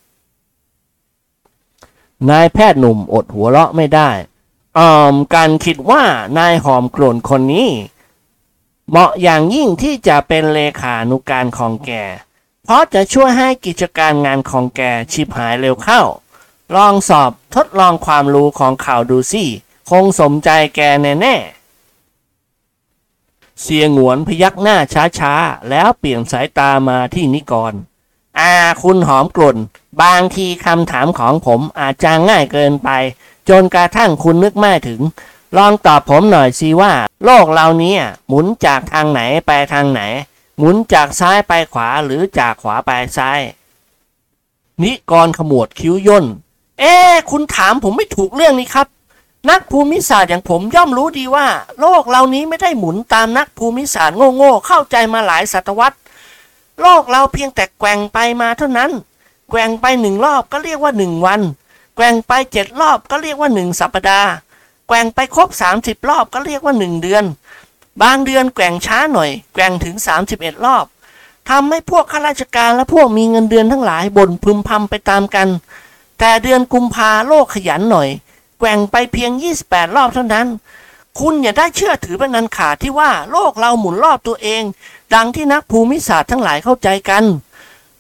A: นายแพทย์หนุ่มอดหัวเราะไม่ได้การคิดว่านายหอมกลุ่นคนนี้เหมาะอย่างยิ่งที่จะเป็นเลขานุการของแกเพราะจะช่วยให้กิจการงานของแกชิบหายเร็วเข้าลองสอบทดลองความรู้ของเขาดูสิคงสมใจแกแน่ๆเสียงหงวนพยักหน้าช้าๆแล้วเปลี่ยนสายตามาที่นิกรคุณหอมกลุ่นบางทีคำถามของผมอาจจะง่ายเกินไปจนกระทั่งคุณนึกไม่ถึงลองตอบผมหน่อยสิว่าโลกเรานี้หมุนจากทางไหนไปทางไหนหมุนจากซ้ายไปขวาหรือจากขวาไปซ้ายนิกรขมวดคิ้วย่นคุณถามผมไม่ถูกเรื่องนี้ครับนักภูมิศาสตร์อย่างผมย่อมรู้ดีว่าโลกเรานี้ไม่ได้หมุนตามนักภูมิศาสตร์โง่ๆเข้าใจมาหลายศตวรรษโลกเราเพียงแต่แกว่งไปมาเท่านั้นแกว่งไป1 รอบก็เรียกว่า1 วันแกว่งไป7 รอบก็เรียกว่า1 สัปดาห์แกว่งไปครบ30 รอบก็เรียกว่า1 เดือนบางเดือนแกว่งช้าหน่อยแกว่งถึง31 รอบทำให้พวกข้าราชการและพวกมีเงินเดือนทั้งหลายบ่นพึมพำไปตามกันแต่เดือนกุมภาโลกขยันหน่อยแกว่งไปเพียง28 รอบเท่านั้นคุณอย่าได้เชื่อถือเป็นอันขาดที่ว่าโลกเราหมุนรอบตัวเองดังที่นักภูมิศาสตร์ทั้งหลายเข้าใจกันโ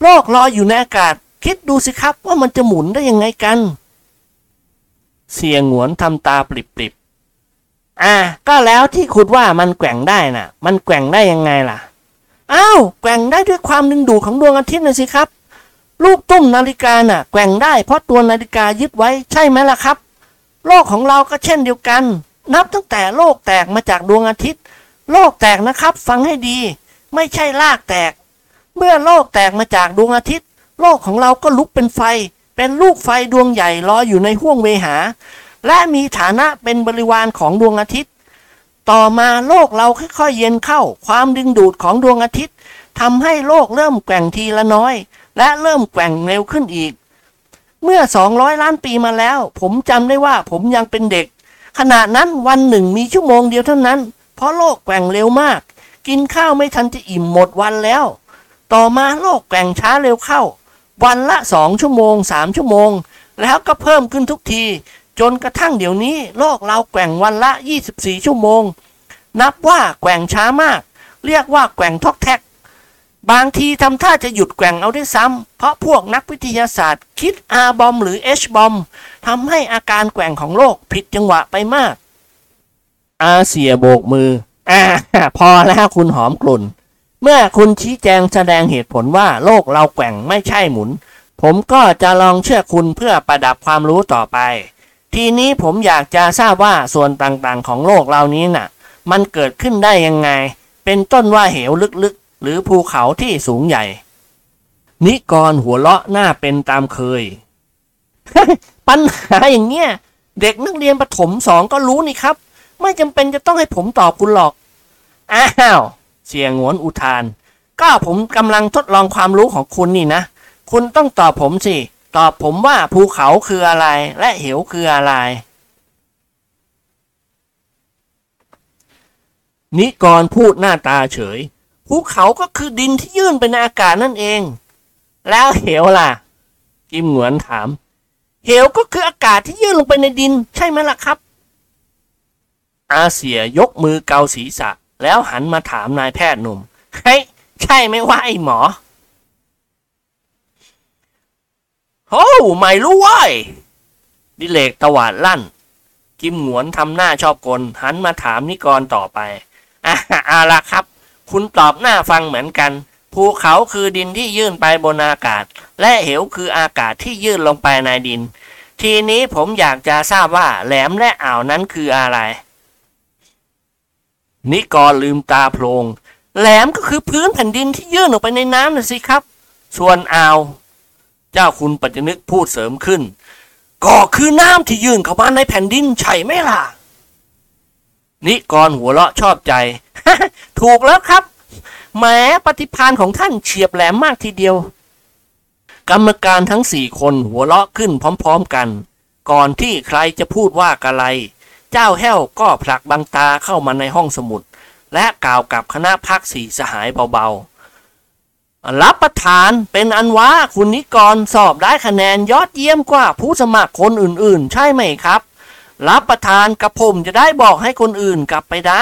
A: โลกลอยอยู่ในอากาศคิดดูสิครับว่ามันจะหมุนได้ยังไงกันเสียหงวนทำตาปริบๆก็แล้วที่คุณว่ามันแกว่งได้น่ะมันแกว่งได้ยังไงล่ะอ้าวแกว่งได้ด้วยความดึงดูดของดวงอาทิตย์นะสิครับลูกตุ้มนาฬิกาน่ะแกว่งได้เพราะตัวนาฬิกายึดไว้ใช่ไหมล่ะครับโลกของเราก็เช่นเดียวกันนับตั้งแต่โลกแตกมาจากดวงอาทิตย์โลกแตกนะครับฟังให้ดีไม่ใช่รากแตกเมื่อโลกแตกมาจากดวงอาทิตย์โลกของเราก็ลุกเป็นไฟเป็นลูกไฟดวงใหญ่ลอยอยู่ในห้วงเวหาและมีฐานะเป็นบริวารของดวงอาทิตย์ต่อมาโลกเราค่อยๆเย็นเข้าความดึงดูดของดวงอาทิตย์ทำให้โลกเริ่มแกว่งทีละน้อยและเริ่มแกว่งเร็วขึ้นอีกเมื่อ200 ล้านปีมาแล้วผมจำได้ว่าผมยังเป็นเด็กขณะนั้นวันหนึ่งมีชั่วโมงเดียวเท่านั้นเพราะโลกแกว่งเร็วมากกินข้าวไม่ทันจะอิ่มหมดวันแล้วต่อมาโลกแกว่งช้าเร็วเข้าวันละ2 ชั่วโมง3 ชั่วโมงแล้วก็เพิ่มขึ้นทุกทีจนกระทั่งเดี๋ยวนี้โลกเราแกว่งวันละ24 ชั่วโมงนับว่าแกว่งช้ามากเรียกว่าแกว่งทอกแท็กบางทีทำท่าจะหยุดแกว่งเอาได้ซ้ำเพราะพวกนักวิทยาศาสตร์คิด R บอมหรือ H บอมทำให้อาการแกว่งของโลกผิดจังหวะไปมากอาเซียโบกมือพอแล้วคุณหอมกลุ่นเมื่อคุณชี้แจงแสดงเหตุผลว่าโลกเราแกว่งไม่ใช่หมุนผมก็จะลองเชื่อคุณเพื่อประดับความรู้ต่อไปทีนี้ผมอยากจะทราบว่าส่วนต่างๆของโลกเรานี้น่ะมันเกิดขึ้นได้ยังไงเป็นต้นว่าเหวลึกๆหรือภูเขาที่สูงใหญ่นิกรหัวเราะหน้าเป็นตามเคย ปัญหาอย่างเงี้ยเด็กนักเรียนประถม2ก็รู้นี่ครับไม่จำเป็นจะต้องให้ผมตอบคุณหรอกอ้าวเสียงหงวนอุทานก็ผมกำลังทดลองความรู้ของคุณนี่นะคุณต้องตอบผมสิตอบผมว่าภูเขาคืออะไรและเหวคืออะไรนิกรพูดหน้าตาเฉยภูเขาก็คือดินที่ยื่นไปในอากาศนั่นเองแล้วเหวล่ะกิมหงวนถามเหวก็คืออากาศที่ยื่นลงไปในดินใช่ไหมล่ะครับอาเซียยกมือเกาศีรษะแล้วหันมาถามนายแพทย์หนุ่มเฮ้ยใช่ไหมว่าไอ้หมอโอ้ไม่รู้ว้ยดิเลกตวาดลั่นกิมหงวนทำหน้าชอบกลหันมาถามนิกรต่อไปเอาล่ะครับคุณตอบหน้าฟังเหมือนกันภูเขาคือดินที่ยื่นไปบนอากาศและเหวคืออากาศที่ยื่นลงไปในดินทีนี้ผมอยากจะทราบว่าแหลมและอ่าวนั้นคืออะไรนิกรลืมตาโพลงแหลมก็คือพื้นแผ่นดินที่ยื่นออกไปในน้ำน่ะสิครับส่วนอ่าวเจ้าคุณปัจจนึกพูดเสริมขึ้นก็คือน้ำที่ยื่นเข้ามาในแผ่นดินใช่ไหมล่ะนิกรหัวเราะชอบใจ ถูกแล้วครับแหมปฏิภาณของท่านเฉียบแหลมมากทีเดียวกรรมการทั้ง4 คนหัวเราะขึ้นพร้อมๆกันก่อนที่ใครจะพูดว่ากะไรเจ้าแห้วก็ผลักบังตาเข้ามาในห้องสมุดและกล่าวกับคณะพัก4 สหายเบาๆรับประทานเป็นอันว่าคุณนิกรสอบได้คะแนนยอดเยี่ยมกว่าผู้สมัครคนอื่นๆใช่ไหมครับรับประทานกับผมจะได้บอกให้คนอื่นกลับไปได้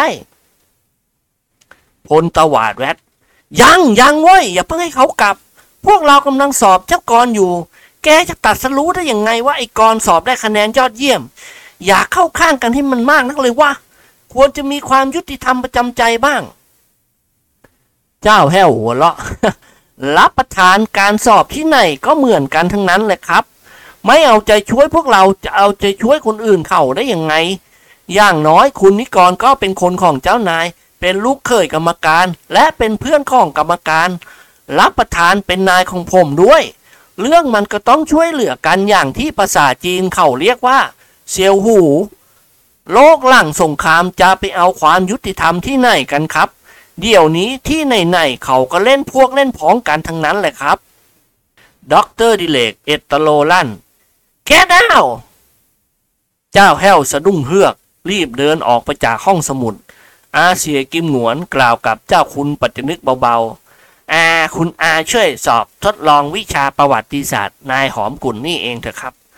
A: พลตวาดแวดยังเว้ยอย่าเพิ่งให้เขากลับพวกเรากำลังสอบเจ้ากรอยู่แกจะตัดสรู้ได้ยังไงว่าไอ้กรสอบได้คะแนนยอดเยี่ยมอย่าเข้าข้างกันให้มันมากนักเลยวะควรจะมีความยุติธรรมประจำใจบ้างเจ้าแห้วหัวเราะ รับประทานการสอบที่ไหนก็เหมือนกันทั้งนั้นแหละครับไม่เอาใจช่วยพวกเราจะเอาใจช่วยคนอื่นเข้าได้ยังไงอย่างน้อยคุณนิกรก็เป็นคนของเจ้านายเป็นลูกเขยกรรมการและเป็นเพื่อนของกรรมการรับประทานเป็นนายของผมด้วยเรื่องมันก็ต้องช่วยเหลือกันอย่างที่ภาษาจีนเขาเรียกว่าเซียวหูโลกหลังสงครามจะไปเอาความยุติธรรมที่ไหนกันครับเดี๋ยวนี้ที่ไหนๆเขาก็เล่นพวกเล่นพ้องกันทั้งนั้นแหละครับด็อกเตอร์ดิเลกเอตโลลั่นแกดาวเจ้าแห้วสะดุ้งเฮือกรีบเดินออกไปจากห้องสมุดอาเซียกิมหนวนกล่าวกับเจ้าคุณปัจจนึกเบาๆคุณอาช่วยสอบทดลองวิชาประวัติศาสตร์นายหอมกุ่นนี่เองเถอะครับผ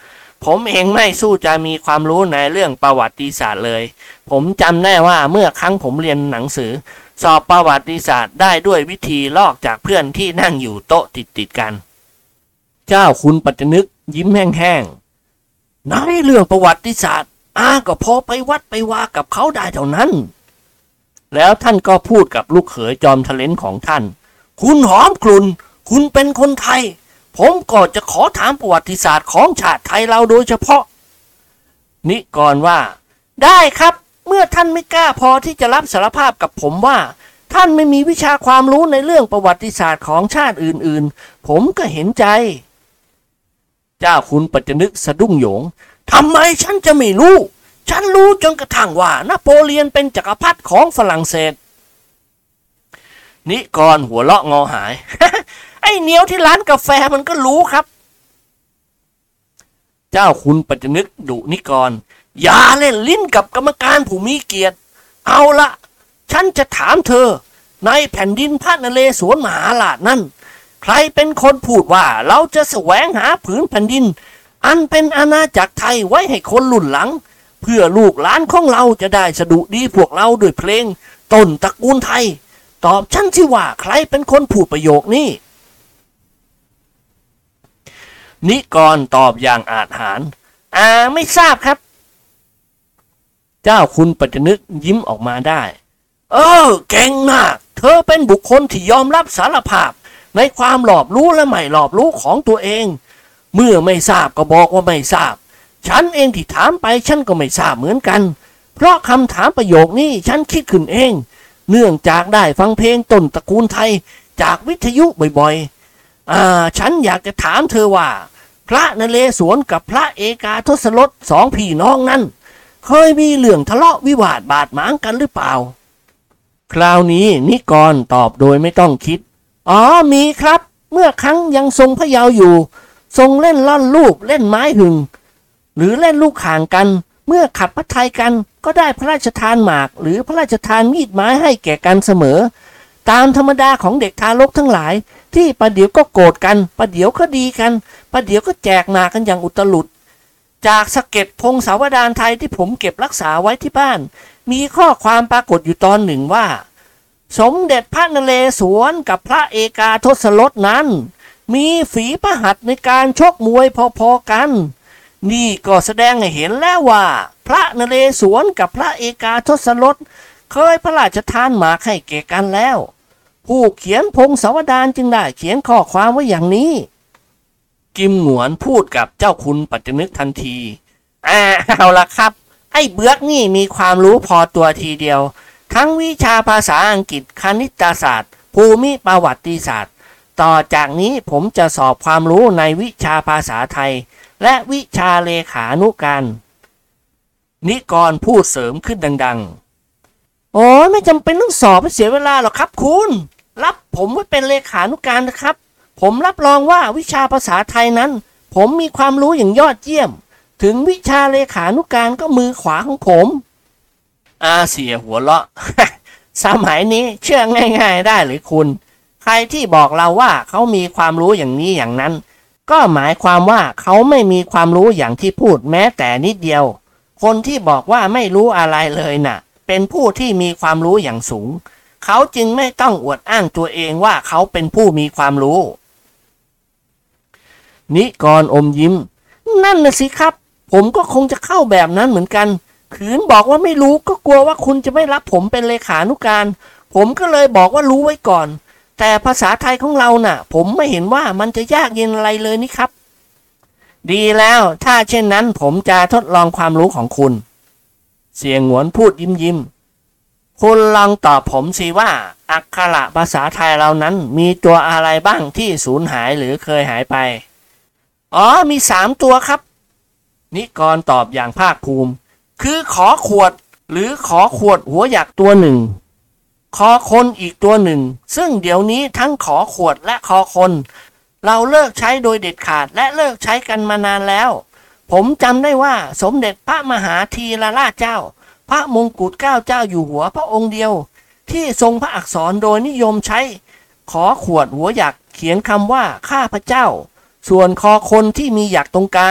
A: ผมเองไม่สู้จะมีความรู้ในเรื่องประวัติศาสตร์เลยผมจำได้ว่าเมื่อครั้งผมเรียนหนังสือสอบประวัติศาสตร์ได้ด้วยวิธีลอกจากเพื่อนที่นั่งอยู่โต๊ะติดกันเจ้าคุณปัจจนึกยิ้มแห้งๆในเรื่องประวัติศาสตร์ก็พอไปวัดไปวากับเขาได้เท่านั้นแล้วท่านก็พูดกับลูกเขยจอมทะเลนของท่านคุณหอมกลุ่นคุณเป็นคนไทยผมก็จะขอถามประวัติศาสตร์ของชาติไทยเราโดยเฉพาะนิกรว่าได้ครับเมื่อท่านไม่กล้าพอที่จะรับสารภาพกับผมว่าท่านไม่มีวิชาความรู้ในเรื่องประวัติศาสตร์ของชาติอื่นๆผมก็เห็นใจเจ้าคุณปัจจนึกสะดุ้งโหยงทำไมฉันจะไม่รู้ฉันรู้จนกระทั่งว่านโปเลียนเป็นจักรพรรดิของฝรั่งเศสนิกรหัวเราะงอหาย ไอ้เหนียวที่ร้านกาแฟมันก็รู้ครับเจ้าคุณปัจจนึกดุนิกรอย่าเล่นลิ้นกับกรรมการผู้มีเกียรติเอาละฉันจะถามเธอในแผ่นดินพระนเรศวรมหาราชนั่นใครเป็นคนพูดว่าเราจะแสวงหาผืนแผ่นดินอันเป็นอาณาจักรไทยไว้ให้คนรุ่นหลังเพื่อลูกหลานของเราจะได้สดุดีพวกเราด้วยเพลงต้นตระกูลไทยตอบฉันสิว่าใครเป็นคนพูดประโยคนี้นิกรตอบอย่างอาถรรพ์ไม่ทราบครับเจ้าคุณปัจจนึกยิ้มออกมาได้เก่งมากเธอเป็นบุคคลที่ยอมรับสารภาพในความหลอบรู้และไม่หลอบรู้ของตัวเองเมื่อไม่ทราบก็บอกว่าไม่ทราบฉันเองที่ถามไปฉันก็ไม่ทราบเหมือนกันเพราะคำถามประโยคนี้ฉันคิดขึ้นเองเนื่องจากได้ฟังเพลงต้นตระกูลไทยจากวิทยุบ่อยๆฉันอยากจะถามเธอว่าพระนเรศวรกับพระเอกาทศรถสองพี่น้องนั้นเคยมีเรื่องทะเลาะวิวาทบาดหมางกันหรือเปล่าคราวนี้นิกรตอบโดยไม่ต้องคิดมีครับเมื่อครั้งยังทรงพระเยาว์อยู่ทรงเล่นล่อนลูกเล่นไม้หึงหรือเล่นลูกข่างกันเมื่อขัดพระทัยกันก็ได้พระราชทานหมากหรือพระราชทานมีดไม้ให้แก่กันเสมอตามธรรมดาของเด็กทารกทั้งหลายที่ประเดี๋ยวก็โกรธกันประเดี๋ยวก็ดีกันประเดี๋ยวก็แจกหมากกันอย่างอุตลุดจากสะเก็ดพงศาวดารไทยที่ผมเก็บรักษาไว้ที่บ้านมีข้อความปรากฏอยู่ตอนหนึ่งว่าสมเด็จพระนเรศวรกับพระเอกาทศรถนั้นมีฝีพระหัตถ์ในการชกมวยพอๆกันนี่ก็แสดงให้เห็นแล้วว่าพระนเรศวรกับพระเอกาทศรถเคยพระราชทานหมากให้แก่กันแล้วผู้เขียนพงศาวดารจึงได้เขียนข้อความไว้อย่างนี้กิมหงวนพูดกับเจ้าคุณปัจจนึกทันทีเอาละครับไอ้เบือกนี่มีความรู้พอตัวทีเดียวทั้งวิชาภาษาอังกฤษคณิตศาสตร์ภูมิประวัติศาสตร์ต่อจากนี้ผมจะสอบความรู้ในวิชาภาษาไทยและวิชาเลขานุการนิกรพูดเสริมขึ้นดังๆไม่จำเป็นต้องสอบให้เสียเวลาหรอกครับคุณรับผมไว้เป็นเลขานุการนะครับผมรับรองว่าวิชาภาษาไทยนั้นผมมีความรู้อย่างยอดเยี่ยมถึงวิชาเลขานุการก็มือขวาของผมเสียหัวเราะ สมัยนี้เชื่อง่ายๆได้หรือคุณใครที่บอกเราว่าเขามีความรู้อย่างนี้อย่างนั้นก็หมายความว่าเขาไม่มีความรู้อย่างที่พูดแม้แต่นิดเดียวคนที่บอกว่าไม่รู้อะไรเลยน่ะเป็นผู้ที่มีความรู้อย่างสูงเขาจึงไม่ต้องอวดอ้างตัวเองว่าเขาเป็นผู้มีความรู้นิกรอมยิ้มนั่นน่ะสิครับผมก็คงจะเข้าแบบนั้นเหมือนกันขืนบอกว่าไม่รู้ก็กลัวว่าคุณจะไม่รับผมเป็นเลขานุการผมก็เลยบอกว่ารู้ไว้ก่อนแต่ภาษาไทยของเราน่ะผมไม่เห็นว่ามันจะยากเย็นอะไรเลยนี่ครับดีแล้วถ้าเช่นนั้นผมจะทดลองความรู้ของคุณเสียงหงวนพูดยิ้มคุณลองตอบผมสิว่าอักขระภาษาไทยเรานั้นมีตัวอะไรบ้างที่สูญหายหรือเคยหายไปมี3ตัวครับนิกรตอบอย่างภาคภูมิคือขอขวดหรือขอขวดหัวหยักตัวหนึ่งคอคนอีกตัวหนึ่งซึ่งเดี๋ยวนี้ทั้งขอขวดและคอคนเราเลิกใช้โดยเด็ดขาดและเลิกใช้กันมานานแล้วผมจำได้ว่าสมเด็จพระมหาธีรราชเจ้าพระมงกุฎเกล้าเจ้าอยู่หัวพระองค์เดียวที่ทรงพระอักษรโดยนิยมใช้ขอขวดหัวหยักเขียนคำว่าข้าพระเจ้าส่วนคอคนที่มีหยักตรงกลาง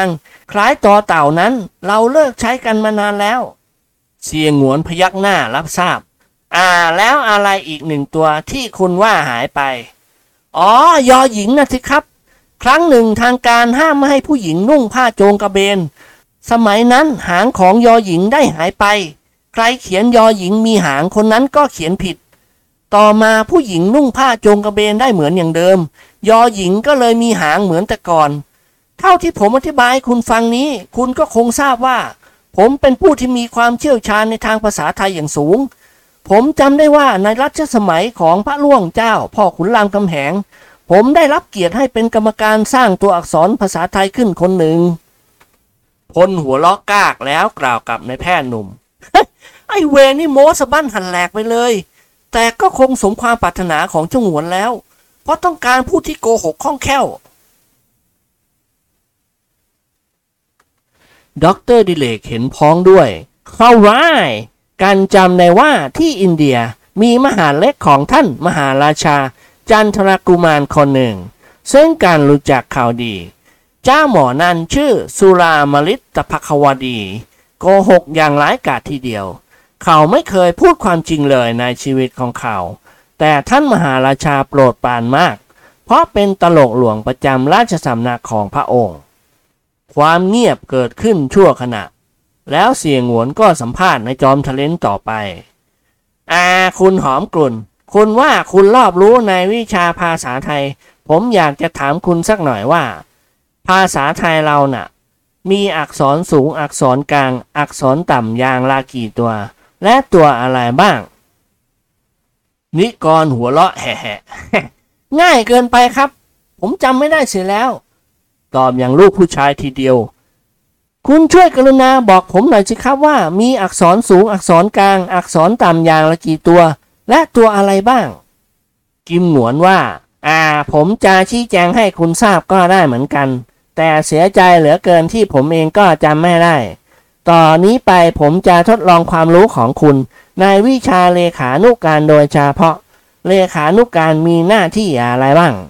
A: คล้ายต่อเต่านั้นเราเลิกใช้กันมานานแล้วเสียงหวนพยักหน้ารับทราบแล้วอะไรอีกหนึ่งตัวที่คุณว่าหายไปยอหญิงนะสิครับครั้งหนึ่งทางการห้ามไม่ให้ผู้หญิงนุ่งผ้าโจงกระเบนสมัยนั้นหางของยอหญิงได้หายไปใครเขียนยอหญิงมีหางคนนั้นก็เขียนผิดต่อมาผู้หญิงนุ่งผ้าโจงกระเบนได้เหมือนอย่างเดิมยอหญิงก็เลยมีหางเหมือนแต่ก่อนเท่าที่ผมอธิบายคุณฟังนี้คุณก็คงทราบว่าผมเป็นผู้ที่มีความเชี่ยวชาญในทางภาษาไทยอย่างสูงผมจำได้ว่าในรัชสมัยของพระล่วงเจ้าพ่อขุนรามคำแหงผมได้รับเกียรติให้เป็นกรรมการสร้างตัวอักษรภาษาไทยขึ้นคนหนึ่งพลหัวล้อกากแล้วกล่าวกับนายแพทย์หนุ่ม ไอ้เวนี่โม้สะบั้นหันแหลกไปเลยแต่ก็คงสมความปรารถนาของเจ้าหงวนแล้วเพราะต้องการผู้ที่โกหกคล่องแคล่วด็อกเตอร์ดิเลกเห็นพ้องด้วยเข้าร้ายการจำได้ว่าที่อินเดียมีมหาเล็กของท่านมหาราชาจันทรกุมารคนหนึ่งซึ่งการรู้จักข่าวดีเจ้าหมอนั้นชื่อสุรามลิตภควดีโกหกอย่างร้ายกาจทีเดียวเขาไม่เคยพูดความจริงเลยในชีวิตของเขาแต่ท่านมหาราชาโปรดปรานมากเพราะเป็นตลกหลวงประจำราชสำนักของพระองค์ความเงียบเกิดขึ้นชั่วขณะแล้วเสียงหวนก็สัมภาษณ์ในจอมทะเลนต่อไปคุณหอมกลุ่นคุณว่าคุณรอบรู้ในวิชาภาษาไทยผมอยากจะถามคุณสักหน่อยว่าภาษาไทยเราน่ะมีอักษรสูงอักษรกลางอักษรต่ำอย่างละกี่ตัวและตัวอะไรบ้างนิกรหัวเราะแห่ๆง่ายเกินไปครับผมจำไม่ได้เสียแล้วตอบอย่างลูกผู้ชายทีเดียวคุณช่วยกรุณาบอกผมหน่อยสิครับว่ามีอักษรสูงอักษรกลางอักษรต่ำอย่างละกี่ตัวและตัวอะไรบ้างกิมหนวนว่าผมจะชี้แจงให้คุณทราบก็ได้เหมือนกันแต่เสียใจเหลือเกินที่ผมเองก็จำไม่ได้ต่อนนี้ไปผมจะทดลองความรู้ของคุณในวิชาเลขานุการโดยเฉพาะเลขานุการมีหน้าที่อะไรบ้าง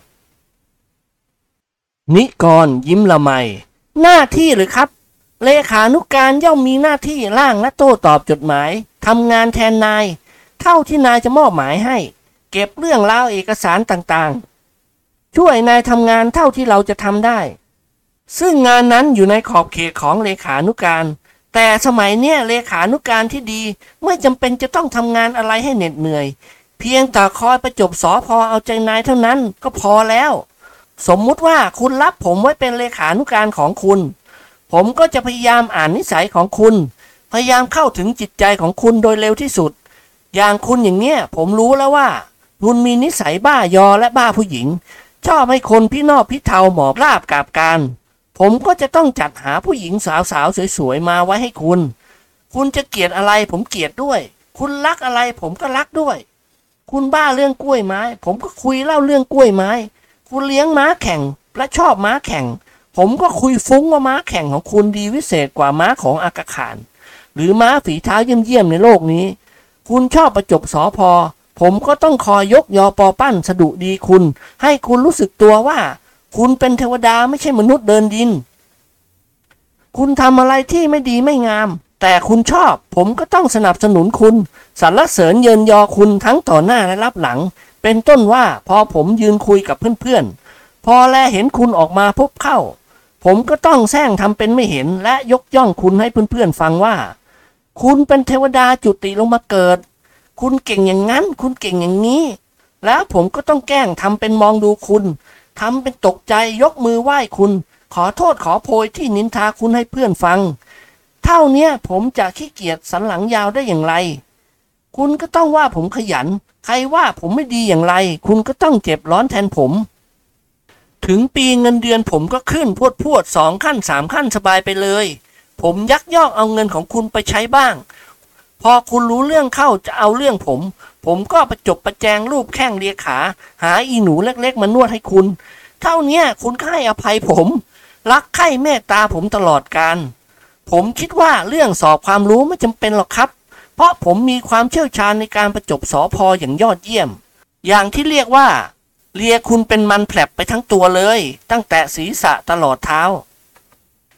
A: นิกรยิ้มละไมหน้าที่หรือครับเลขานุการย่อมมีหน้าที่ร่างและโต้ตอบจดหมายทำงานแทนนายเท่าที่นายจะมอบหมายให้เก็บเรื่องราวเอกสารต่างๆช่วยนายทำงานเท่าที่เราจะทำได้ซึ่งงานนั้นอยู่ในขอบเขตของเลขานุการแต่สมัยเนี้ยเลขานุการที่ดีไม่จำเป็นจะต้องทำงานอะไรให้เหน็ดเหนื่อยเพียงแต่คอยประจบสพเอาใจนายเท่านั้นก็พอแล้วสมมุติว่าคุณรับผมไว้เป็นเลขานุการของคุณผมก็จะพยายามอ่านนิสัยของคุณพยายามเข้าถึงจิตใจของคุณโดยเร็วที่สุดอย่างคุณอย่างเนี้ยผมรู้แล้วว่าคุณมีนิสัยบ้ายอและบ้าผู้หญิงชอบให้คนพี่นอบพี่เทาหมอบราบกาบการผมก็จะต้องจัดหาผู้หญิงสาวๆสวยๆมาไว้ให้คุณคุณจะเกลียดอะไรผมเกลียดด้วยคุณรักอะไรผมก็รักด้วยคุณบ้าเรื่องกล้วยไม้ผมก็คุยเล่าเรื่องกล้วยไม้คุณเลี้ยงม้าแข่งและชอบม้าแข่งผมก็คุยฟุ้งว่าม้าแข่งของคุณดีวิเศษกว่าม้าของอากาขานหรือม้าฝีเท้าเยี่ยมๆในโลกนี้คุณชอบประจบสพผมก็ต้องคอยยกยอปอปั้นสะดุดีคุณให้คุณรู้สึกตัวว่าคุณเป็นเทวดาไม่ใช่มนุษย์เดินดินคุณทำอะไรที่ไม่ดีไม่งามแต่คุณชอบผมก็ต้องสนับสนุนคุณสรรเสริญเยินยอคุณทั้งต่อหน้าและรับหลังเป็นต้นว่าพอผมยืนคุยกับเพื่อนๆพอแลเห็นคุณออกมาพบเข้าผมก็ต้องแซงทำเป็นไม่เห็นและยกย่องคุณให้เพื่อนๆฟังว่าคุณเป็นเทวดาจุติลงมาเกิดคุณเก่งอย่างนั้นคุณเก่งอย่างนี้แล้วผมก็ต้องแกล้งทำเป็นมองดูคุณทำเป็นตกใจยกมือไหว้คุณขอโทษขอโพยที่นินทาคุณให้เพื่อนฟังเท่านี้ผมจะขี้เกียจสันหลังยาวได้อย่างไรคุณก็ต้องว่าผมขยันใครว่าผมไม่ดีอย่างไรคุณก็ต้องเจ็บร้อนแทนผมถึงปีเงินเดือนผมก็ขึ้นพวด2 ขั้น 3 ขั้นสบายไปเลยผมยักยอกเอาเงินของคุณไปใช้บ้างพอคุณรู้เรื่องเข้าจะเอาเรื่องผมก็ประจบประแจงรูปแข้งเลียขาหาอีหนูเล็กๆมานวดให้คุณเท่านี้คุณก็ให้อภัยผมรักใคร่เมตตาผมตลอดกาลผมคิดว่าเรื่องสอบความรู้ไม่จำเป็นหรอกครับเพราะผมมีความเชี่ยวชาญในการประจบสพอย่างยอดเยี่ยมอย่างที่เรียกว่าเลียคุณเป็นมันแผลบไปทั้งตัวเลยตั้งแต่ศีรษะตลอดเท้า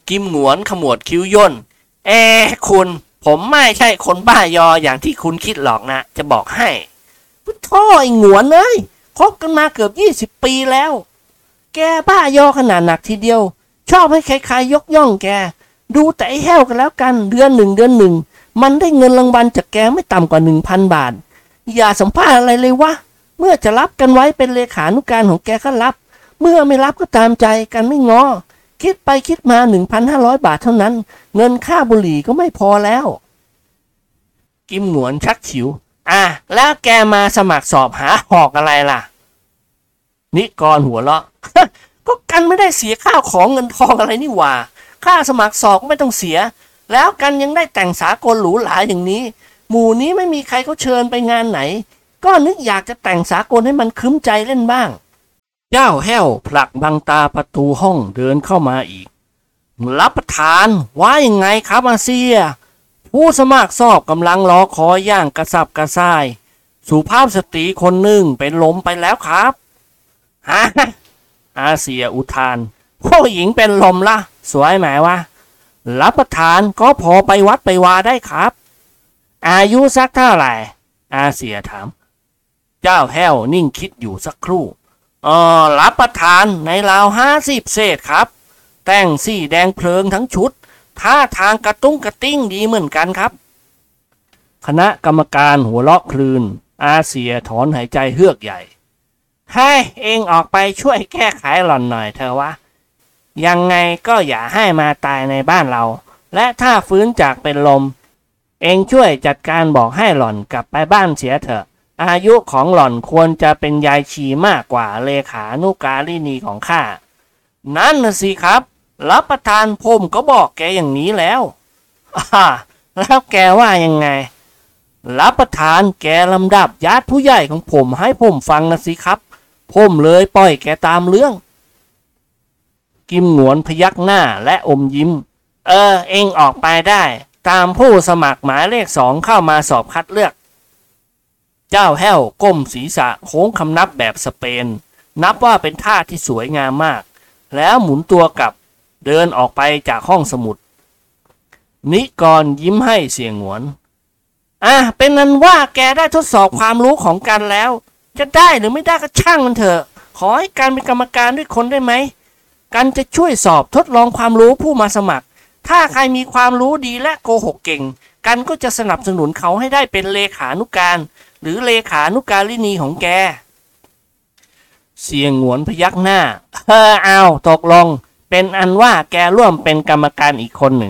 A: กิมหงวนขมวดคิ้วย่นคุณผมไม่ใช่คนบ้ายออย่างที่คุณคิดหรอกนะจะบอกให้พุทโธไอ้หงวนเลยคบกันมาเกือบ20 ปีแล้วแกบ้ายอขนาดหนักทีเดียวชอบให้ใครๆยกย่องแกดูแต่ไอ้แห้วกันแล้วกันเดือนหนึ่งมันได้เงินรางวัลจากแกไม่ต่ำกว่า 1,000 บาทอย่าสัมภาษณ์อะไรเลยวะเมื่อจะรับกันไว้เป็นเลขานุการของแกก็รับเมื่อไม่รับก็ตามใจกันไม่งอคิดไปคิดมา 1,500 บาทเท่านั้นเงินค่าบุหรี่ก็ไม่พอแล้วกิมหงวนชักฉิวแล้วแกมาสมัครสอบหาหอกอะไรล่ะนิกรหัวเราะ ก็กันไม่ได้เสียข้าวของเงินทองอะไรนี่หว่าค่าสมัครสอบไม่ต้องเสียแล้วกันยังได้แต่งสากลหรูหราอย่างนี้หมู่นี้ไม่มีใครเขาเชิญไปงานไหนก็นึกอยากจะแต่งสากลให้มันคึ้มใจเล่นบ้างเจ้าแห้วผลักบังตาประตูห้องเดินเข้ามาอีกรับประทานว่ายังไงครับอาเซียผู้สมัครสอบกำลังรอคอยอย่างกระสับกระส่ายสุภาพสตรีคนหนึ่งเป็นลมไปแล้วครับฮะอาเซียอุทานผู้หญิงเป็นลมล่ะสวยไหมวะรับประทานก็พอไปวัดไปวาได้ครับอายุสักเท่าไหร่อาเซียถามเจ้าแห้วนิ่งคิดอยู่สักครู่รับประทานในราว50 เศษครับแต่งสีแดงเพลิงทั้งชุดท่าทางกระตุ้งกระติ้งดีเหมือนกันครับคณะกรรมการหัวเราะคลืนอาเซียถอนหายใจเฮือกใหญ่ให้เองออกไปช่วยแก้ไขหล่อนหน่อยเถอะวะยังไงก็อย่าให้มาตายในบ้านเราและถ้าฟื้นจากเป็นลมเองช่วยจัดการบอกให้หล่อนกลับไปบ้านเสียเถอะอายุของหล่อนควรจะเป็นยายชีมากกว่าเลขานุการินีของข้านั่นน่ะสิครับรับประทานผมก็บอกแกอย่างนี้แล้วแล้วแกว่ายังไงรับประทานแกลำดับญาติผู้ใหญ่ของผมให้ผมฟังนะสิครับผมเลยปล่อยแกตามเรื่องกิมหงวนพยักหน้าและอมยิ้มเองออกไปได้ตามผู้สมัครหมายเลข2เข้ามาสอบคัดเลือกเจ้าแห้วก้มศีรษะโค้งคำนับแบบสเปนนับว่าเป็นท่าที่สวยงามมากแล้วหมุนตัวกลับเดินออกไปจากห้องสมุดนิกรยิ้มให้เสียงหงวนเป็นนั้นว่าแกได้ทดสอบความรู้ของกันแล้วจะได้หรือไม่ได้ก็ช่างมันเถอะขอให้การเป็นกรรมการด้วยคนได้ไหมกันจะช่วยสอบทดลองความรู้ผู้มาสมัครถ้าใครมีความรู้ดีและโกหกเก่งกันก็จะสนับสนุนเขาให้ได้เป็นเลขานุการหรือเลขานุการินีของแกเสียงหงวนพยักหน้าเอาตกลงเป็นอันว่าแกร่วมเป็นกรรมการอีกคนหนึ่ง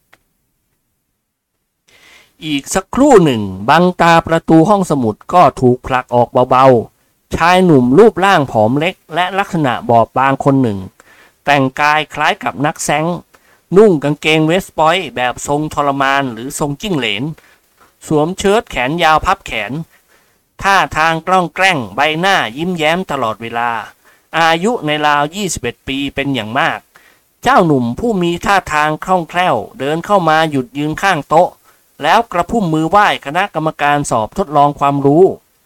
A: อีกสักครู่หนึ่งบังตาประตูห้องสมุดก็ถูกผลักออกเบาๆชายหนุ่มรูปร่างผอมเล็กและลักษณะบอบบางคนหนึ่งแต่งกายคล้ายกับนักแซงนุ่งกางเกงเวสต์พอยต์แบบทรงทรมานหรือทรงจิ้งเหลนสวมเชิ้ตแขนยาวพับแขนท่าทางกล้องแกล้งใบหน้ายิ้มแย้มตลอดเวลาอายุในราว21 ปีเป็นอย่างมากเจ้าหนุ่มผู้มีท่าทางคล่องแคล่วเดินเข้ามาหยุดยืนข้างโต๊ะแล้วกระพุ่มมือไหว้คณะกรรมการสอบทดลองความรู้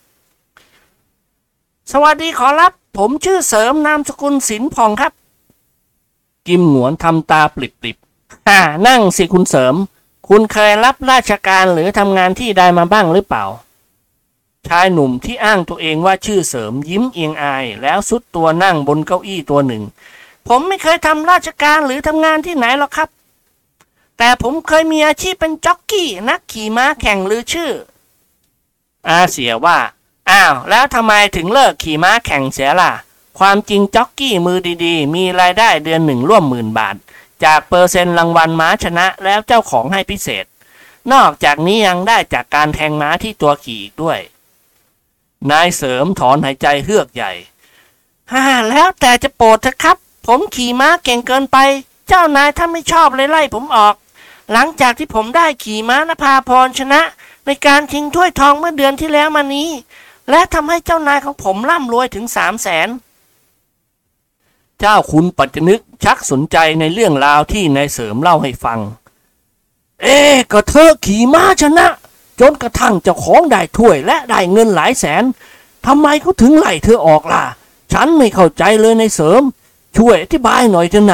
A: สวัสดีขอรับผมชื่อเสริมนามสกุลสินผ่องครับกิมหงวนทำตาปลิบๆนั่งสิคุณเสริมคุณเคยรับราชการหรือทำงานที่ใดมาบ้างหรือเปล่าชายหนุ่มที่อ้างตัวเองว่าชื่อเสริมยิ้มเอียงอายแล้วซุดตัวนั่งบนเก้าอี้ตัวหนึ่งผมไม่เคยทำราชการหรือทำงานที่ไหนหรอกครับแต่ผมเคยมีอาชีพเป็นจ็อกกี้นักขี่ม้าแข่งหรือชื่ออาเสียว่าแล้วทำไมถึงเลิกขี่ม้าแข่งเสียล่ะความจริงจ็อกกี้มือดีๆมีรายได้เดือนหนึ่งร่วม10,000 บาทจากเปอร์เซ็นต์รางวัลม้าชนะแล้วเจ้าของให้พิเศษนอกจากนี้ยังได้จากการแทงม้าที่ตัวขี่อีกด้วยนายเสริมถอนหายใจเฮือกใหญ่แล้วแต่จะโปรดเถอะครับผมขี่ม้าเก่งเกินไปเจ้านายถ้าไม่ชอบเลยไล่ผมออกหลังจากที่ผมได้ขี่ม้านภาพรชนะในการชิงถ้วยทองเมื่อเดือนที่แล้วมานี้และทำให้เจ้านายของผมร่ำรวยถึง300,000เจ้าคุณปัจจนึกชักสนใจในเรื่องราวที่นายเสริมเล่าให้ฟังก็เธอขี่ม้าชนะจนกระทั่งเจ้าของได้ถ้วยและได้เงินหลายแสนทำไมเขาถึงไล่เธอออกล่ะฉันไม่เข้าใจเลยนายเสริมช่วยอธิบายหน่อยเถอะนะ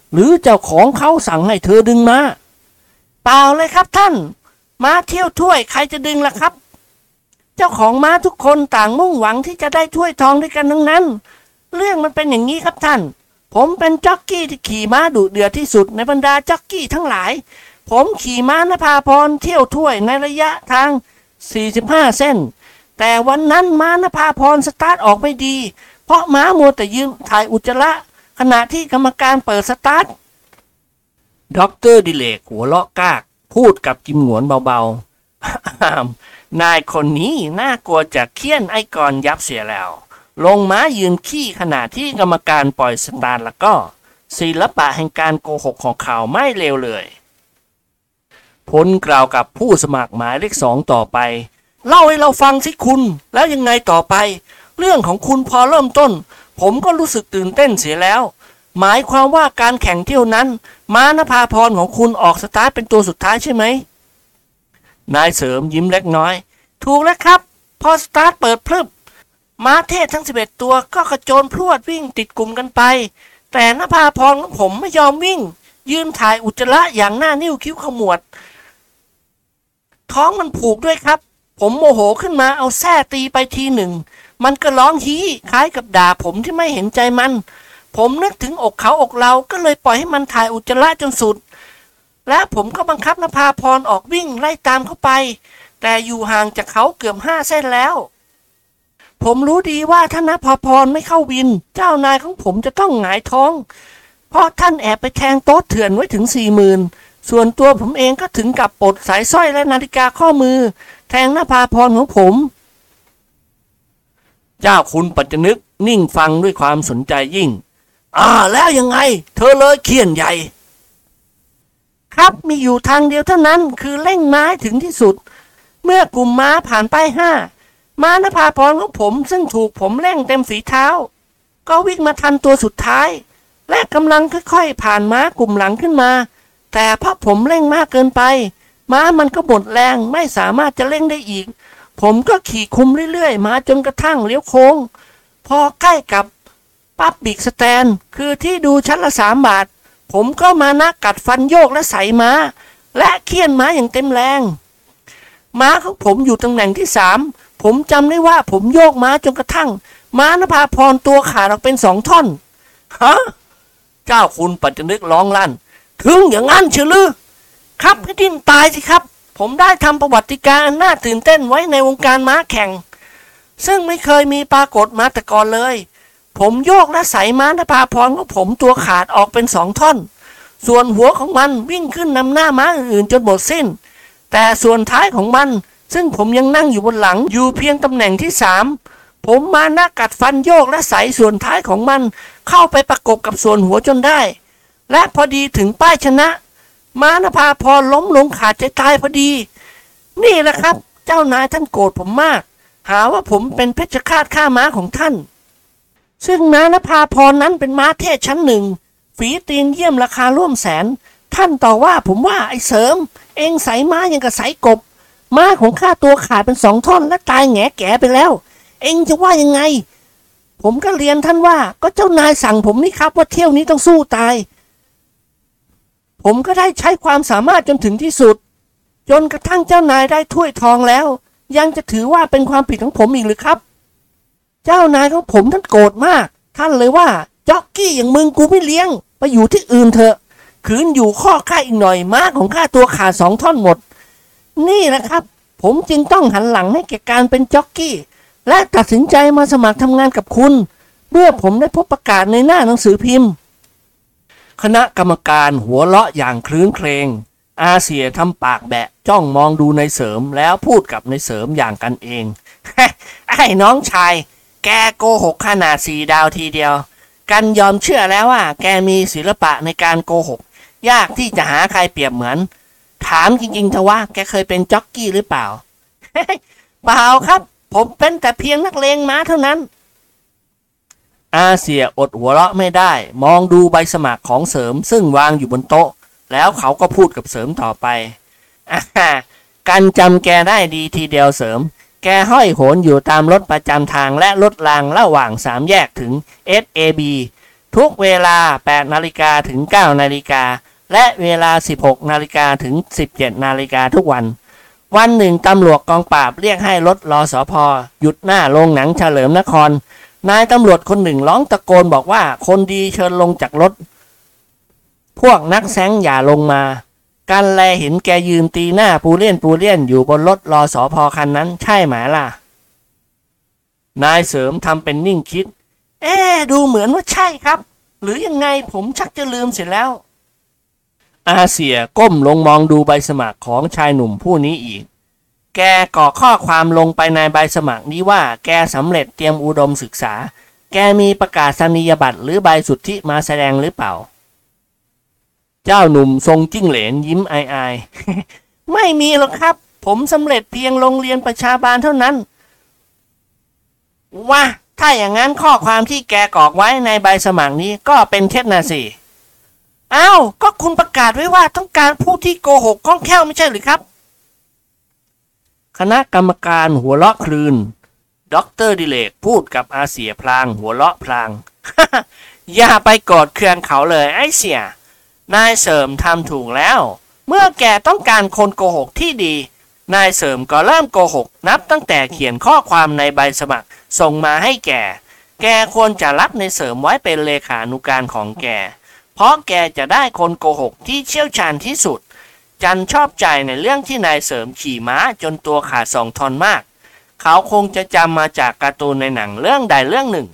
A: หรือเจ้าของเขาสั่งให้เธอดึงม้าเปล่าเลยครับท่านม้าเที่ยวถ้วยใครจะดึงล่ะครับเจ้าของม้าทุกคนต่างมุ่งหวังที่จะได้ถ้วยทองด้วยกันทั้งนั้นเรื่องมันเป็นอย่างนี้ครับท่านผมเป็นจ็อกกี้ที่ขี่ม้าดุเดือดที่สุดในบรรดาจ็อกกี้ทั้งหลายผมขี่ม้านภาพรเที่ยวถ้วยในระยะทาง45 เส้นแต่วันนั้นม้านภาพรสตาร์ทออกไม่ดีเพราะม้ามัวแต่ยืนถ่ายอุจจาระขณะที่กรรมการเปิดสตาร์ทด็อกเตอร์ดิเลกหัวเราะกากพูดกับกิมหงวนเบาๆ นายคนนี้น่ากลัวจากเคี่ยนไอ้กรยับเสียแล้วลงม้ายืนขี้ขณะที่กรรมการปล่อยสตาร์ทแล้วก็ศิลปะแห่งการโกหกของเขาไม่เลวเลยพลกล่าวกับผู้สมัครหมายเลข 2ต่อไปเล่าให้เราฟังสิคุณแล้วยังไงต่อไปเรื่องของคุณพอเริ่มต้นผมก็รู้สึกตื่นเต้นเสียแล้วหมายความว่าการแข่งเที่ยวนั้นม้านภาพรของคุณออกสตาร์ทเป็นตัวสุดท้ายใช่ไหมนายเสริมยิ้มเล็กน้อยถูกแล้วครับพอสตาร์ทเปิดพลึบม้าเทศทั้ง11ตัวก็กระโจนพรวดวิ่งติดกลุ่มกันไปแต่นภาพรของผมไม่ยอมวิ่งยืนถ่ายอุจจาระอย่างหน้านิ้วคิ้วขมวดท้องมันผูกด้วยครับผมโมโหขึ้นมาเอาแส้ตีไปทีหนึ่งมันก็ร้องฮี้คล้ายกับด่าผมที่ไม่เห็นใจมันผมนึกถึงอกเขาอกเราก็เลยปล่อยให้มันถ่ายอุจจาระจนสุดและผมก็บังคับนภาพรออกวิ่งไล่ตามเข้าไปแต่อยู่ห่างจากเขาเกือบ5 เส้นแล้วผมรู้ดีว่าถ้านภาพรไม่เข้าวินเจ้านายของผมจะต้องหงายท้องเพราะท่านแอบไปแทงโต๊ะเถื่อนไว้ถึง40,000ส่วนตัวผมเองก็ถึงกับปลดสายสร้อยและนาฬิกาข้อมือแทงนภาพรของผมเจ้าคุณปัจจนึกนิ่งฟังด้วยความสนใจยิ่งแล้วยังไงเธอเลยเขียนใหญ่ครับมีอยู่ทางเดียวเท่านั้นคือเร่งม้าถึงที่สุดเมื่อกลุ่มม้าผ่านไป5ม้านภาพรของผมซึ่งถูกผมเร่งเต็มฝีเท้าก็วิ่งมาทันตัวสุดท้ายและกำลังค่อยๆผ่านม้ากลุ่มหลังขึ้นมาแต่เพราะผมเร่งมากเกินไปม้ามันก็หมดแรงไม่สามารถจะเร่งได้อีกผมก็ขี่คุมเรื่อยๆมาจนกระทั่งเลี้ยวโค้งพอใกล้กับปั๊บบิกสแตนคือที่ดูชั้นละ3 บาทผมก็มานักกัดฟันโยกและใส่ม้าและเคี่ยนม้าอย่างเต็มแรงม้าของผมอยู่ตำแหน่งที่3ผมจำได้ว่าผมโยกม้าจนกระทั่งม้านภาพรตัวขาดออกเป็น2 ท่อนฮะเจ้าคุณปัจจนึกร้องลั่นถึงอย่างนั้นเชียวหรือครับให้ดิ้นตายสิครับผมได้ทำประวัติการณ์น่าตื่นเต้นไว้ในวงการม้าแข่งซึ่งไม่เคยมีปรากฏมาแต่ก่อนเลยผมโยกและใส่ม้านภาพรของผมตัวขาดออกเป็น2 ท่อนส่วนหัวของมันวิ่งขึ้นนำหน้าม้าอื่นๆจนหมดสิ้นแต่ส่วนท้ายของมันซึ่งผมยังนั่งอยู่บนหลังอยู่เพียงตำแหน่งที่3ผมมานักกัดฟันโยกและใส่ส่วนท้ายของมันเข้าไปประกบกับส่วนหัวจนได้และพอดีถึงป้ายชนะม้านภาพรล้มลงขาดใจตายพอดีนี่แหละครับเจ้านายท่านโกรธผมมากหาว่าผมเป็นเพชฌฆาตฆ่าม้าของท่านซึ่งม้านภาพรนั้นเป็นม้าเทศชั้น1ฝีตีนเยี่ยมราคาร่วมแสนท่านต่อว่าผมว่าไอ้เสริมเองใส่ม้ายังกับใส่กบม้าของข้าตัวขาดเป็น2 ท่อนและตายแงแก่ไปแล้วเองจะว่ายังไงผมก็เรียนท่านว่าก็เจ้านายสั่งผมนี่ครับว่าเที่ยวนี้ต้องสู้ตายผมก็ได้ใช้ความสามารถจนถึงที่สุดจนกระทั่งเจ้านายได้ถ้วยทองแล้วยังจะถือว่าเป็นความผิดของผมอีกหรือครับเจ้านายของผมท่านโกรธมากท่านเลยว่าจ็อกกี้อย่างมึงกูไม่เลี้ยงไปอยู่ที่อื่นเถอะขืนอยู่ข้อข้าอีกหน่อยม้าของข้าตัวขาด2 ท่อนหมดนี่แหละครับผมจึงต้องหันหลังให้แก่การเป็นจ็อกกี้และตัดสินใจมาสมัครทำงานกับคุณเมื่อผมได้พบประกาศในหน้าหนังสือพิมพ์คณะกรรมการหัวเราะอย่างคลื้นเครงอาเซียทำปากแบะจ้องมองดูนายเสริมแล้วพูดกับนายเสริมอย่างกันเอง ไอ้น้องชายแกโกหกขนาด4 ดาวทีเดียวกันยอมเชื่อแล้วว่าแกมีศิลปะในการโกหกยากที่จะหาใครเปรียบเหมือนถามจริงๆเถอะว่าแกเคยเป็นจ็อกกี้หรือเปล่า เปล่าครับผมเป็นแต่เพียงนักเลงม้าเท่านั้นอาเซียอดหัวเราะไม่ได้มองดูใบสมัครของเสริมซึ่งวางอยู่บนโต๊ะแล้วเขาก็พูดกับเสริมต่อไปกันจำแกได้ดีทีเดียวเสริมแกห้อยโหนอยู่ตามรถประจำทางและรถรางระหว่าง3 แยกถึง SAB ทุกเวลา8 นาฬิกาถึง 9 นาฬิกาและเวลา 16 นาฬิกาถึง 17 นาฬิกาทุกวันวันหนึ่งตำรวจกองปราบเรียกให้รถรสภ.หยุดหน้าโรงหนังเฉลิมนครนายตำรวจคนหนึ่งร้องตะโกนบอกว่าคนดีเชิญลงจากรถพวกนักแซงอย่าลงมากันแลเห็นแกยืนตีหน้าปูเลี่ยนอยู่บนรถรสภ.คันนั้นใช่ไหมล่ะนายเสริมทำเป็นนิ่งคิดดูเหมือนว่าใช่ครับหรือยังไงผมชักจะลืมเสียแล้วอาเซียก้มลงมองดูใบสมัครของชายหนุ่มผู้นี้อีกแกก่อข้อความลงไปในใบสมัครนี้ว่าแกสำเร็จเตรียมอุดมศึกษาแกมีประกาศนียบัตรหรือใบสุทธิมาแสดงหรือเปล่าเจ้าหนุ่มทรงจิ้งเหลนยิ้มอายๆ ไม่มีหรอกครับผมสำเร็จเพียงโรงเรียนประชาบาลเท่านั้นว่าถ้าอย่างนั้นข้อความที่แกกรอกไว้ในใบสมัครนี้ก็เป็นเท็จนะสิอ้าวก็คุณประกาศไว้ว่าต้องการผู้ที่โกหกคล่องแคล่วไม่ใช่หรือครับคณะกรรมการหัวเราะคลืนด็อกเตอร์ดิเลกพูดกับอาเสียพลางหัวเราะพลาง อย่าไปโกรธเคืองเขาเลยไอ้เสียนายเสริมทำถูกแล้วเมื่อแกต้องการคนโกหกที่ดีนายเสริมก็เริ่มโกหกนับตั้งแต่เขียนข้อความในใบสมัครส่งมาให้แกควรจะรับนายเสริมไว้เป็นเลขานุการของแกเพราะแกจะได้คนโกหกที่เชี่ยวชาญที่สุดจันชอบใจในเรื่องที่นายเสริมขี่ม้าจนตัวขาด2 ท่อนมากเขาคงจะจำมาจากการ์ตูนในหนังเรื่องใดเรื่องหนึ่ง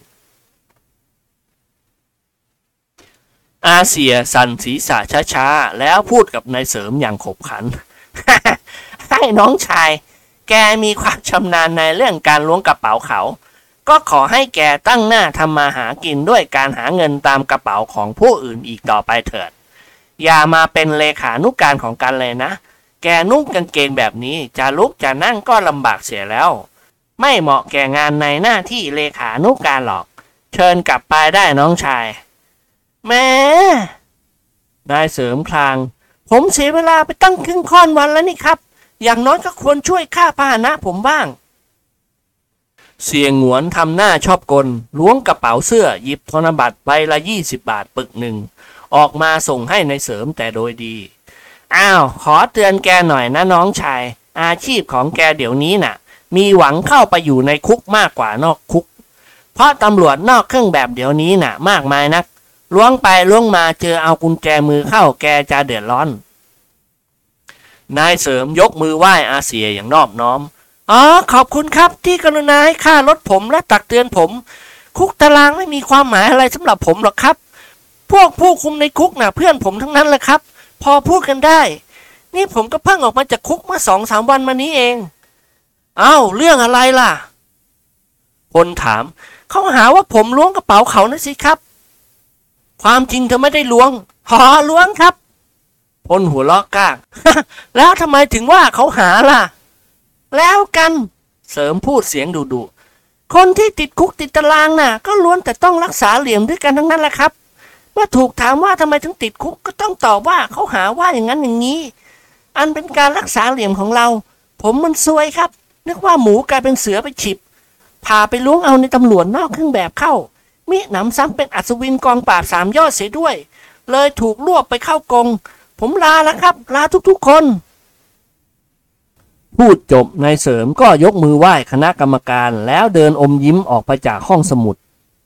A: อาเซียสั่นศีรษะช้าๆแล้วพูดกับนายเสริมอย่างขบขัน ให้น้องชายแกมีความชำนาญในเรื่องการล้วงกระเป๋าเขาก็ขอให้แกตั้งหน้าทำมาหากินด้วยการหาเงินตามกระเป๋าของผู้อื่นอีกต่อไปเถิดอย่ามาเป็นเลขานุการของกันเลยนะแกนุ่งกางเกงแบบนี้จะลุกจะนั่งก็ลำบากเสียแล้วไม่เหมาะแก่งานในหน้าที่เลขานุการหรอกเชิญกลับไปได้น้องชายแม่นายเสริมคลางผมเสียเวลาไปตั้งครึ่งค่อนวันแล้วนี่ครับอย่างน้อยก็ควรช่วยค่าพาหนะผมบ้างเสียงหงวนทำหน้าชอบกลล้วงกระเป๋าเสื้อหยิบธนบัตรใบละ20 บาทปึกหนึ่งออกมาส่งให้ในเสริมแต่โดยดีอ้าวขอเตือนแกหน่อยนะน้องชายอาชีพของแกเดี๋ยวนี้น่ะมีหวังเข้าไปอยู่ในคุกมากกว่านอกคุกเพราะตำรวจนอกเครื่องแบบเดี๋ยวนี้น่ะมากมายนักล้วงไปล้วงมาเจอเอากุญแจมือเข้าแกจะเดือดร้อนนายเสริมยกมือไหว้อาเซียอย่างนอบน้อมขอบคุณครับที่กรุณาให้ค่ารถผมและตักเตือนผมคุกตารางไม่มีความหมายอะไรสำหรับผมหรอกครับพวกผู้คุมในคุกน่ะเพื่อนผมทั้งนั้นแหละครับพอพูดกันได้นี่ผมก็เพิ่งออกมาจากคุกเมื่อ2-3 วันมานี้เองเรื่องอะไรล่ะคนถามเขาหาว่าผมล้วงกระเป๋าเขานะสิครับความจริงเธอไม่ได้ล้วงล้วงครับพลหัวล้อกาก แล้วทำไมถึงว่าเขาหาล่ะแล้วกันเสริมพูดเสียงดุคนที่ติดคุกติดตารางน่ะก็ล้วนแต่ต้องรักษาเหลี่ยมด้วยกันทั้งนั้นแหละครับเมื่อถูกถามว่าทำไมถึงติดคุกก็ต้องตอบว่าเขาหาว่าอย่างนั้นอย่างนี้อันเป็นการรักษาเหลี่ยมของเราผมมันซวยครับนึกว่าหมูกลายเป็นเสือไปฉิบพาไปล้วงเอาในตำรวจนอกเครื่องแบบเข้ามิหนำซ้ำเป็นอัศวินกองปราบ3 ยอดเสียด้วยเลยถูกรวบไปเข้ากรงผมลาแล้วครับลาทุกๆคนพูดจบนายเสริมก็ยกมือไหว้คณะกรรมการแล้วเดินอมยิ้มออกไปจากห้องสมุด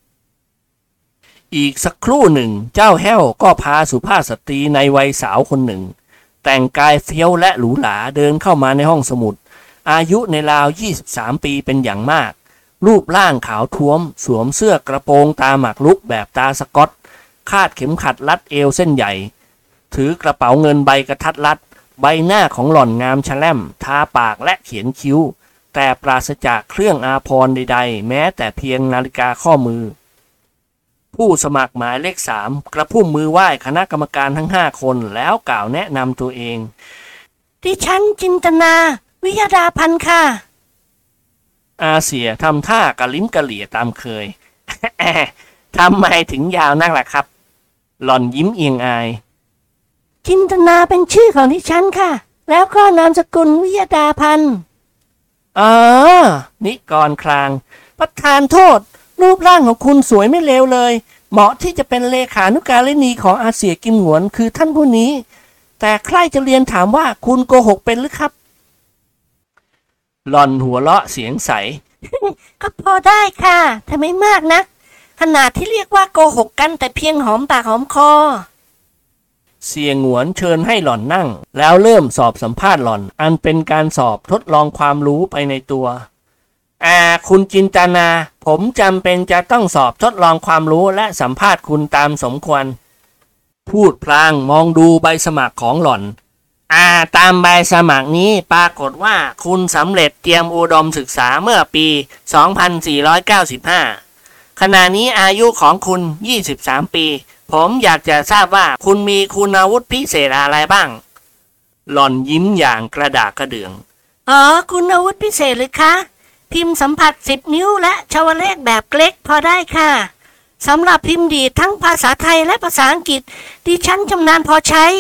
A: อีกสักครู่หนึ่งเจ้าแห้วก็พาสุภาพสตรีในวัยสาวคนหนึ่งแต่งกายเฟี้ยวและหรูหราเดินเข้ามาในห้องสมุดอายุในราว23 ปีเป็นอย่างมากรูปร่างขาวท้วมสวมเสื้อกระโปรงตาหมากรุกแบบตาสก๊อตคาดเข็มขัดรัดเอวเส้นใหญ่ถือกระเป๋าเงินใบกระทัดรัดใบหน้าของหล่อนงามแฉล่มทาปากและเขียนคิ้วแต่ปราศจากเครื่องอาภรณ์ใดๆแม้แต่เพียงนาฬิกาข้อมือผู้สมัครหมายเลข3กระพุ่มมือไหว้คณะกรรมการทั้ง5 คนแล้วกล่าวแนะนำตัวเองดิฉันจินตนาวิยดาพันธ์ค่ะอาเซียทำท่ากระลิ้มกระเหลี่ยตามเคย ทำไมถึงยาวนักล่ะครับหล่อนยิ้มเอียงอายจินตนาเป็นชื่อของดิฉันค่ะแล้วก็นามสกุลวิยดาพันธ์นิกรคลางประธานโทษรูปร่างของคุณสวยไม่เลวเลยเหมาะที่จะเป็นเลขานุการิณีของอาเสียกิมหงวนคือท่านผู้นี้แต่ใครจะเรียนถามว่าคุณโกหกเป็นหรือครับหล่อนหัวเราะเสียงใส
B: ก็พอได้ค่ะแต่ไม่มากนะขนาดที่เรียกว่าโกหกกันแต่เพียงหอมปากหอมคอ
A: เสียหงวนเชิญให้หล่อนนั่งแล้วเริ่มสอบสัมภาษณ์หล่อนอันเป็นการสอบทดลองความรู้ไปในตัวคุณจินตนาผมจำเป็นจะต้องสอบทดลองความรู้และสัมภาษณ์คุณตามสมควรพูดพลางมองดูใบสมัครของหล่อนตามใบสมัครนี้ปรากฏว่าคุณสำเร็จเตรียมอุดมศึกษาเมื่อปี 2495 ขณะนี้อายุของคุณ 23 ปี ผมอยากจะทราบว่าคุณมีคุณวุฒิพิเศษอะไรบ้าง หล่อนยิ้มอย่างกระดากกระเดื่อง
B: อ๋อคุณวุฒิพิเศษหรือคะพิมพ์สัมผัส10 นิ้วและชาวเลขแบบเล็กพอได้ค่ะสำหรับพิมพ์ดีดทั้งภาษาไทยและภาษาอังกฤษดิฉันชำนาญพอใช้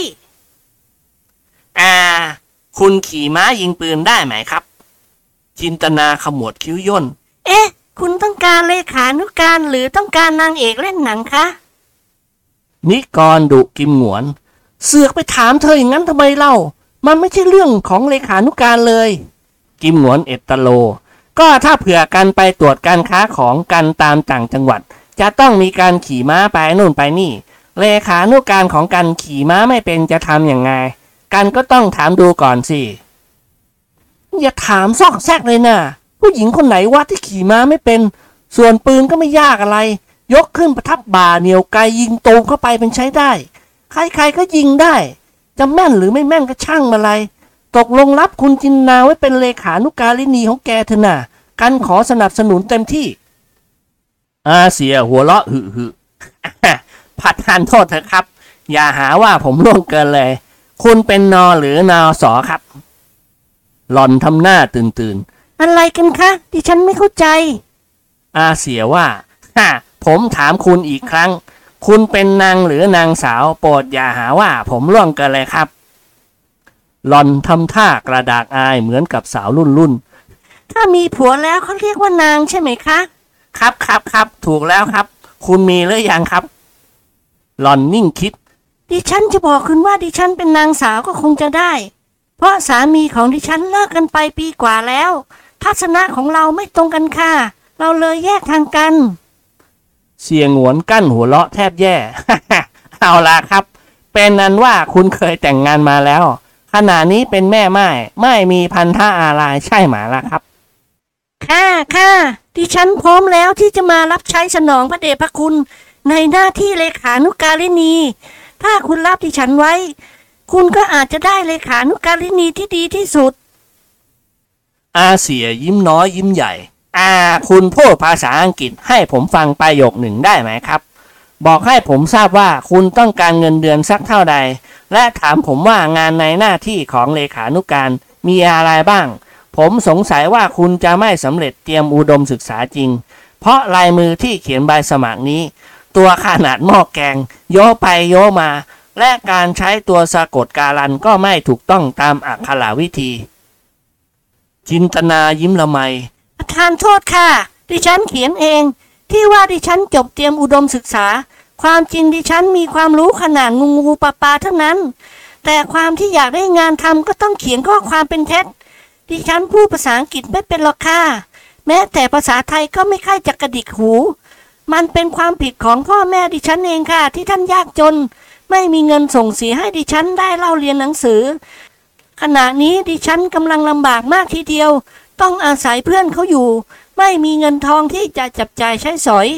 A: คุณขี่ม้ายิงปืนได้ไหมครับจินตนาขมวดคิ้วย่น
B: คุณต้องการเลขานุการหรือต้องการนางเอกเล่นหนังคะ
A: นิกรดุกิมหงวนเสือกไปถามเธออย่างนั้นทำไมเล่ามันไม่ใช่เรื่องของเลขานุการเลยกิมหงวนเอตโลก็ถ้าเผื่อกันไปตรวจการค้าของกันตามต่างจังหวัดจะต้องมีการขี่ม้าไปนู่นไปนี่เลขานุการของกันขี่ม้าไม่เป็นจะทำอย่างไงกันก็ต้องถามดูก่อนสิอย่าถามซอกแซกเลยนะผู้หญิงคนไหนวะที่ขี่ม้าไม่เป็นส่วนปืนก็ไม่ยากอะไรยกขึ้นประทับบ่าเหนี่ยวไกยิงตูมเข้าไปเป็นใช้ได้ใครๆก็ยิงได้จะแม่นหรือไม่แม่นก็ช่างมาเลยตกลงรับคุณจินนาไว้เป็นเลขานุการิณีของแกเถอะนะกันขอสนับสนุนเต็มที่อาเสียหัวเราะหึผัดทานโทษเถอะครับอย่าหาว่าผมล่วงเกินเลยคุณเป็นนอหรือนอสอครับหล่อนทำหน้าตื่น
B: อะไรกันคะดิฉันไม่เข้าใจ
A: อาเสียว่าผมถามคุณอีกครั้งคุณเป็นนางหรือนางสาวโปรดอย่าหาว่าผมล่วงเกินเลยครับหล่อนทำท่ากระดากอายเหมือนกับสาวรุ่น
B: ถ้ามีผัวแล้วเขาเรียกว่านางใช่ไหมคะ
A: ครับถูกแล้วครับคุณมีหรือยังครับหล่อนนิ่งคิด
B: ดิฉันจะบอกคุณว่าดิฉันเป็นนางสาวก็คงจะได้เพราะสามีของดิฉันเลิกกันไปปีกว่าแล้วทัศนะของเราไม่ตรงกันค่ะเราเลยแยกทางกัน
A: เสียงหวนกั้นหัวเราะแทบแย่ เอาล่ะครับเป็นนั้นว่าคุณเคยแต่งงานมาแล้วขณะนี้เป็นแม่ไม่มีพันธะอะไรใช่ไหมล่ะครับ
B: ค่ะดิฉันพร้อมแล้วที่จะมารับใช้สนองพระเดชพระคุณในหน้าที่เลขานุการิณีถ้าคุณรับดิฉันไว้คุณก็อาจจะได้เลขานุการิณีที่ดีที่สุด
A: อาเสียยิ้มน้อยยิ้มใหญ่คุณพูดภาษาอังกฤษให้ผมฟังประโยคหนึ่งได้ไหมครับบอกให้ผมทราบว่าคุณต้องการเงินเดือนสักเท่าใดและถามผมว่างานในหน้าที่ของเลขานุการมีอะไรบ้างผมสงสัยว่าคุณจะไม่สำเร็จเตรียมอุดมศึกษาจริงเพราะลายมือที่เขียนใบสมัครนี้ตัวขนาดหม้อแกงโยไปโยมาและการใช้ตัวสะกดการันก็ไม่ถูกต้องตามอักขระวิธีจินตนายิ้มละไม
B: ประธานโทษค่ะดิฉันเขียนเองที่ว่าดิฉันจบเตรียมอุดมศึกษาความจริงดิฉันมีความรู้ขนาดงูปลาเท่านั้นแต่ความที่อยากได้งานทำก็ต้องเขียนข้อความเป็นเท็จดิฉันพูดภาษาอังกฤษไม่เป็นหรอกค่ะแม้แต่ภาษาไทยก็ไม่ค่อยจะกระดิกหูมันเป็นความผิดของพ่อแม่ดิฉันเองค่ะที่ท่านยากจนไม่มีเงินส่งเสียให้ดิฉันได้เล่าเรียนหนังสือขณะนี้ดิฉันกำลังลำบากมากทีเดียวต้องอาศัยเพื่อนเขาอยู่ไม่มีเงินทองที่จะจับจ่ายใช้สอย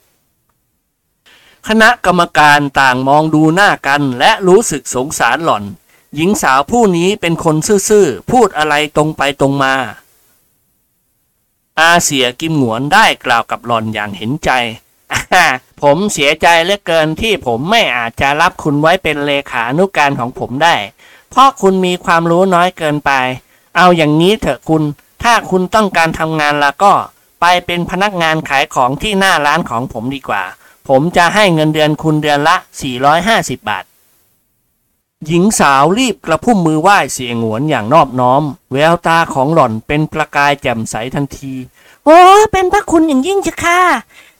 A: คณะกรรมการต่างมองดูหน้ากันและรู้สึกสงสารหล่อนหญิงสาวผู้นี้เป็นคนซื่อๆพูดอะไรตรงไปตรงมาอาเสียกิมหงวนได้กล่าวกับหล่อนอย่างเห็นใจผมเสียใจเหลือเกินที่ผมไม่อาจจะรับคุณไว้เป็นเลขานุการของผมได้เพราะคุณมีความรู้น้อยเกินไปเอาอย่างนี้เถอะคุณถ้าคุณต้องการทำงานแล้วก็ไปเป็นพนักงานขายของที่หน้าร้านของผมดีกว่าผมจะให้เงินเดือนคุณเดือนละ450 บาทหญิงสาวรีบกระพุ่มมือไหว้เสียงหวนอย่างนอบน้อมแววตาของหล่อนเป็นประกายแจ่มใสทันที
B: โอ้เป็นพระคุณอย่างยิ่งจ้ะค่ะ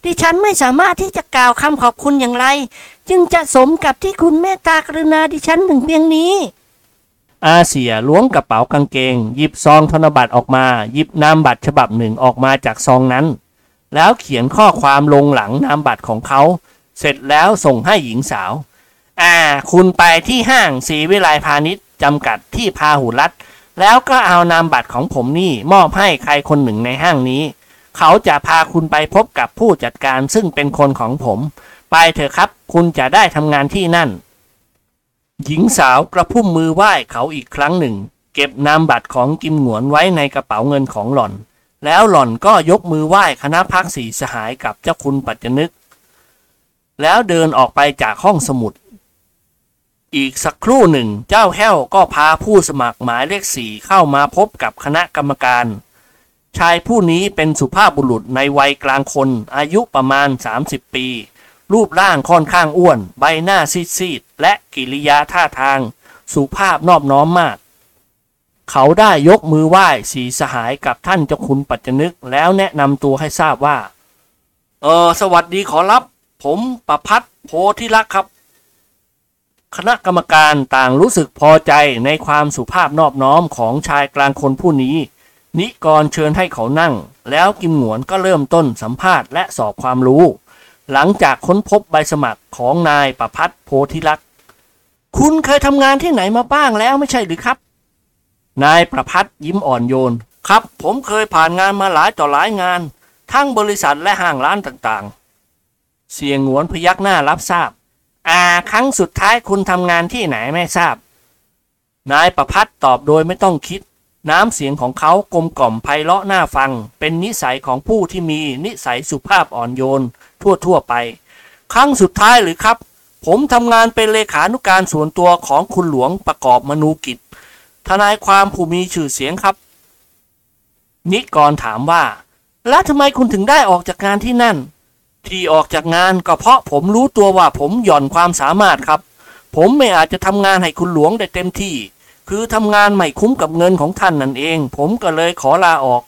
B: ดิฉันไม่สามารถที่จะกล่าวคำขอบคุณอย่างไรจึงจะสมกับที่คุณเมตตากรุณาดิฉันถึงเพียงนี้
A: อาเซียล้วงกระเป๋ากางเกงหยิบซองธนบัตรออกมาหยิบนามบัตรฉบับหนึ่งออกมาจากซองนั้นแล้วเขียนข้อความลงหลังนามบัตรของเขาเสร็จแล้วส่งให้หญิงสาวคุณไปที่ห้างศรีวิไลพาณิชย์จำกัดที่พาหุรัตน์แล้วก็เอานามบัตรของผมนี่มอบให้ใครคนหนึ่งในห้างนี้เขาจะพาคุณไปพบกับผู้จัดการซึ่งเป็นคนของผมไปเถอะครับคุณจะได้ทำงานที่นั่นหญิงสาวกระพุ่มมือไหว้เขาอีกครั้งหนึ่งเก็บนามบัตรของกิมหงวนไว้ในกระเป๋าเงินของหล่อนแล้วหล่อนก็ยกมือไหว้คณะพักสี่สหายกับเจ้าคุณปัจจนึกแล้วเดินออกไปจากห้องสมุดอีกสักครู่หนึ่งเจ้าแห้วก็พาผู้สมัครหมายเลขสี่เข้ามาพบกับคณะกรรมการชายผู้นี้เป็นสุภาพบุรุษในวัยกลางคนอายุประมาณ30 ปีรูปร่างค่อนข้างอ้วนใบหน้าซีดๆและกิริยาท่าทางสุภาพนอบน้อมมากเขาได้ยกมือไหว้สีสหายกับท่านเจ้าคุณปัจจนึกแล้วแนะนำตัวให้ทราบว่าสวัสดีขอรับผมประภัตโพธิลักษ์ครับคณะกรรมการต่างรู้สึกพอใจในความสุภาพนอบน้อมของชายกลางคนผู้นี้นิกรเชิญให้เขานั่งแล้วกิมหงวนก็เริ่มต้นสัมภาษณ์และสอบความรู้หลังจากค้นพบใบสมัครของนายประภัตโพธิลักษ์คุณเคยทำงานที่ไหนมาบ้างแล้วไม่ใช่หรือครับนายประภัตยิ้มอ่อนโยนครับผมเคยผ่านงานมาหลายต่อหลายงานทั้งบริษัทและห้างร้านต่างๆเสียงหงวนพยักหน้ารับทราบครั้งสุดท้ายคุณทำงานที่ไหนไม่ทราบนายประภัตตอบโดยไม่ต้องคิดน้ำเสียงของเขากลมกล่อมไพเราะน่าฟังเป็นนิสัยของผู้ที่มีนิสัยสุภาพอ่อนโยนทั่วไปครั้งสุดท้ายหรือครับผมทำงานเป็นเลขานุการส่วนตัวของคุณหลวงประกอบมนูกิจทนายความผู้มีชื่อเสียงครับนิกรถามว่าแล้วทำไมคุณถึงได้ออกจากงานที่นั่นที่ออกจากงานก็เพราะผมรู้ตัวว่าผมหย่อนความสามารถครับผมไม่อาจจะทำงานให้คุณหลวงได้เต็มที่คือทำงานไม่คุ้มกับเงินของท่านนั่นเองผมก็เลยขอลาออก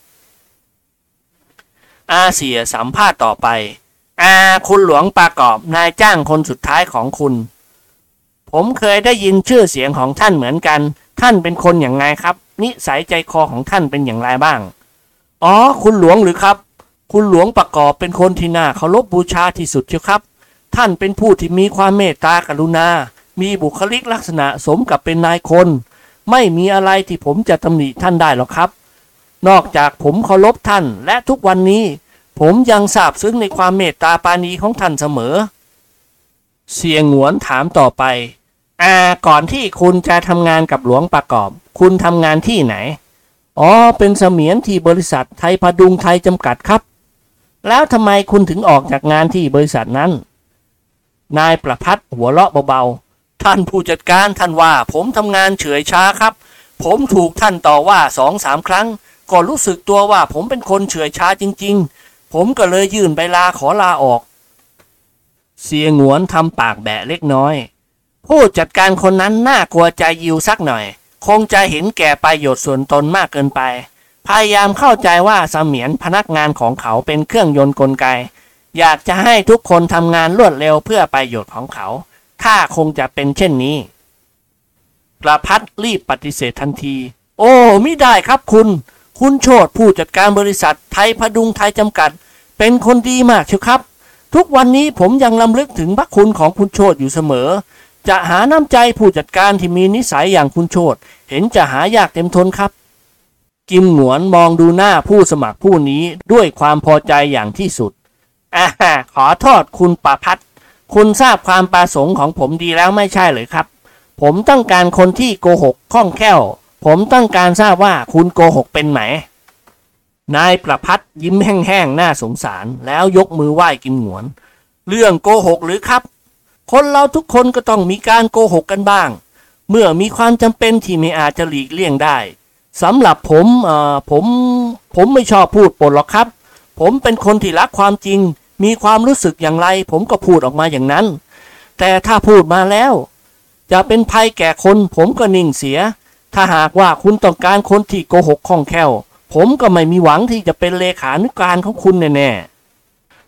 A: อาเสียสัมภาษณ์ต่อไปคุณหลวงประกอบนายจ้างคนสุดท้ายของคุณผมเคยได้ยินชื่อเสียงของท่านเหมือนกันท่านเป็นคนอย่างไงครับนิสัยใจคอของท่านเป็นอย่างไรบ้างคุณหลวงหรือครับคุณหลวงประกอบเป็นคนที่น่าเคารพบูชาที่สุดเชียวครับท่านเป็นผู้ที่มีความเมตตากรุณามีบุคลิกลักษณะสมกับเป็นนายคนไม่มีอะไรที่ผมจะตำหนิท่านได้หรอกครับนอกจากผมเคารพท่านและทุกวันนี้ผมยังซาบซึ้งในความเมตตาปราณีของท่านเสมอเสียงหงวนถามต่อไปก่อนที่คุณจะทำงานกับหลวงประกอบคุณทำงานที่ไหนเป็นเสมียนที่บริษัทไทยพดุงไทยจำกัดครับแล้วทำไมคุณถึงออกจากงานที่บริษัทนั้นนายประภัตหัวเราะเบาๆท่านผู้จัดการท่านว่าผมทำงานเฉื่อยช้าครับผมถูกท่านต่อว่า2-3 ครั้งก็รู้สึกตัวว่าผมเป็นคนเฉื่อยช้าจริงๆผมก็เลยยื่นใบลาขอลาออกเสียหงวนทำปากแบะเล็กน้อยผู้จัดการคนนั้นน่ากลัวใจยิวสักหน่อยคงจะเห็นแก่ประโยชน์ส่วนตนมากเกินไปพยายามเข้าใจว่าเสมียนพนักงานของเขาเป็นเครื่องยนต์กลไกอยากจะให้ทุกคนทำงานรวดเร็วเพื่อประโยชน์ของเขาถ้าคงจะเป็นเช่นนี้ประภัตรีบปฏิเสธทันทีไม่ได้ครับคุณโชติผู้จัดการบริษัทไทยพดุงไทยจำกัดเป็นคนดีมากเชียวครับทุกวันนี้ผมยังรำลึกถึงพระคุณของคุณโชติอยู่เสมอจะหาน้ำใจผู้จัดการที่มีนิสัยอย่างคุณโชติเห็นจะหายากเต็มทนครับกิมหงวนมองดูหน้าผู้สมัครผู้นี้ด้วยความพอใจอย่างที่สุดขอโทษคุณประภัตคุณทราบความประสงค์ของผมดีแล้วไม่ใช่หรือครับผมต้องการคนที่โกหกคล่องแคล่วผมต้องการทราบว่าคุณโกหกเป็นไหมนายประภัตยิ้มแห้งๆน่าสงสารแล้วยกมือไหว้กิมหงวนเรื่องโกหกหรือครับคนเราทุกคนก็ต้องมีการโกหกกันบ้างเมื่อมีความจำเป็นที่ไม่อาจจะหลีกเลี่ยงได้สำหรับผมไม่ชอบพูดปดหรอกครับผมเป็นคนที่รักความจริงมีความรู้สึกอย่างไรผมก็พูดออกมาอย่างนั้นแต่ถ้าพูดมาแล้วจะเป็นภัยแก่คนผมก็นิ่งเสียถ้าหากว่าคุณต้องการคนที่โกหกคล่องแคล่วผมก็ไม่มีหวังที่จะเป็นเลขานุการของคุณแน่ๆ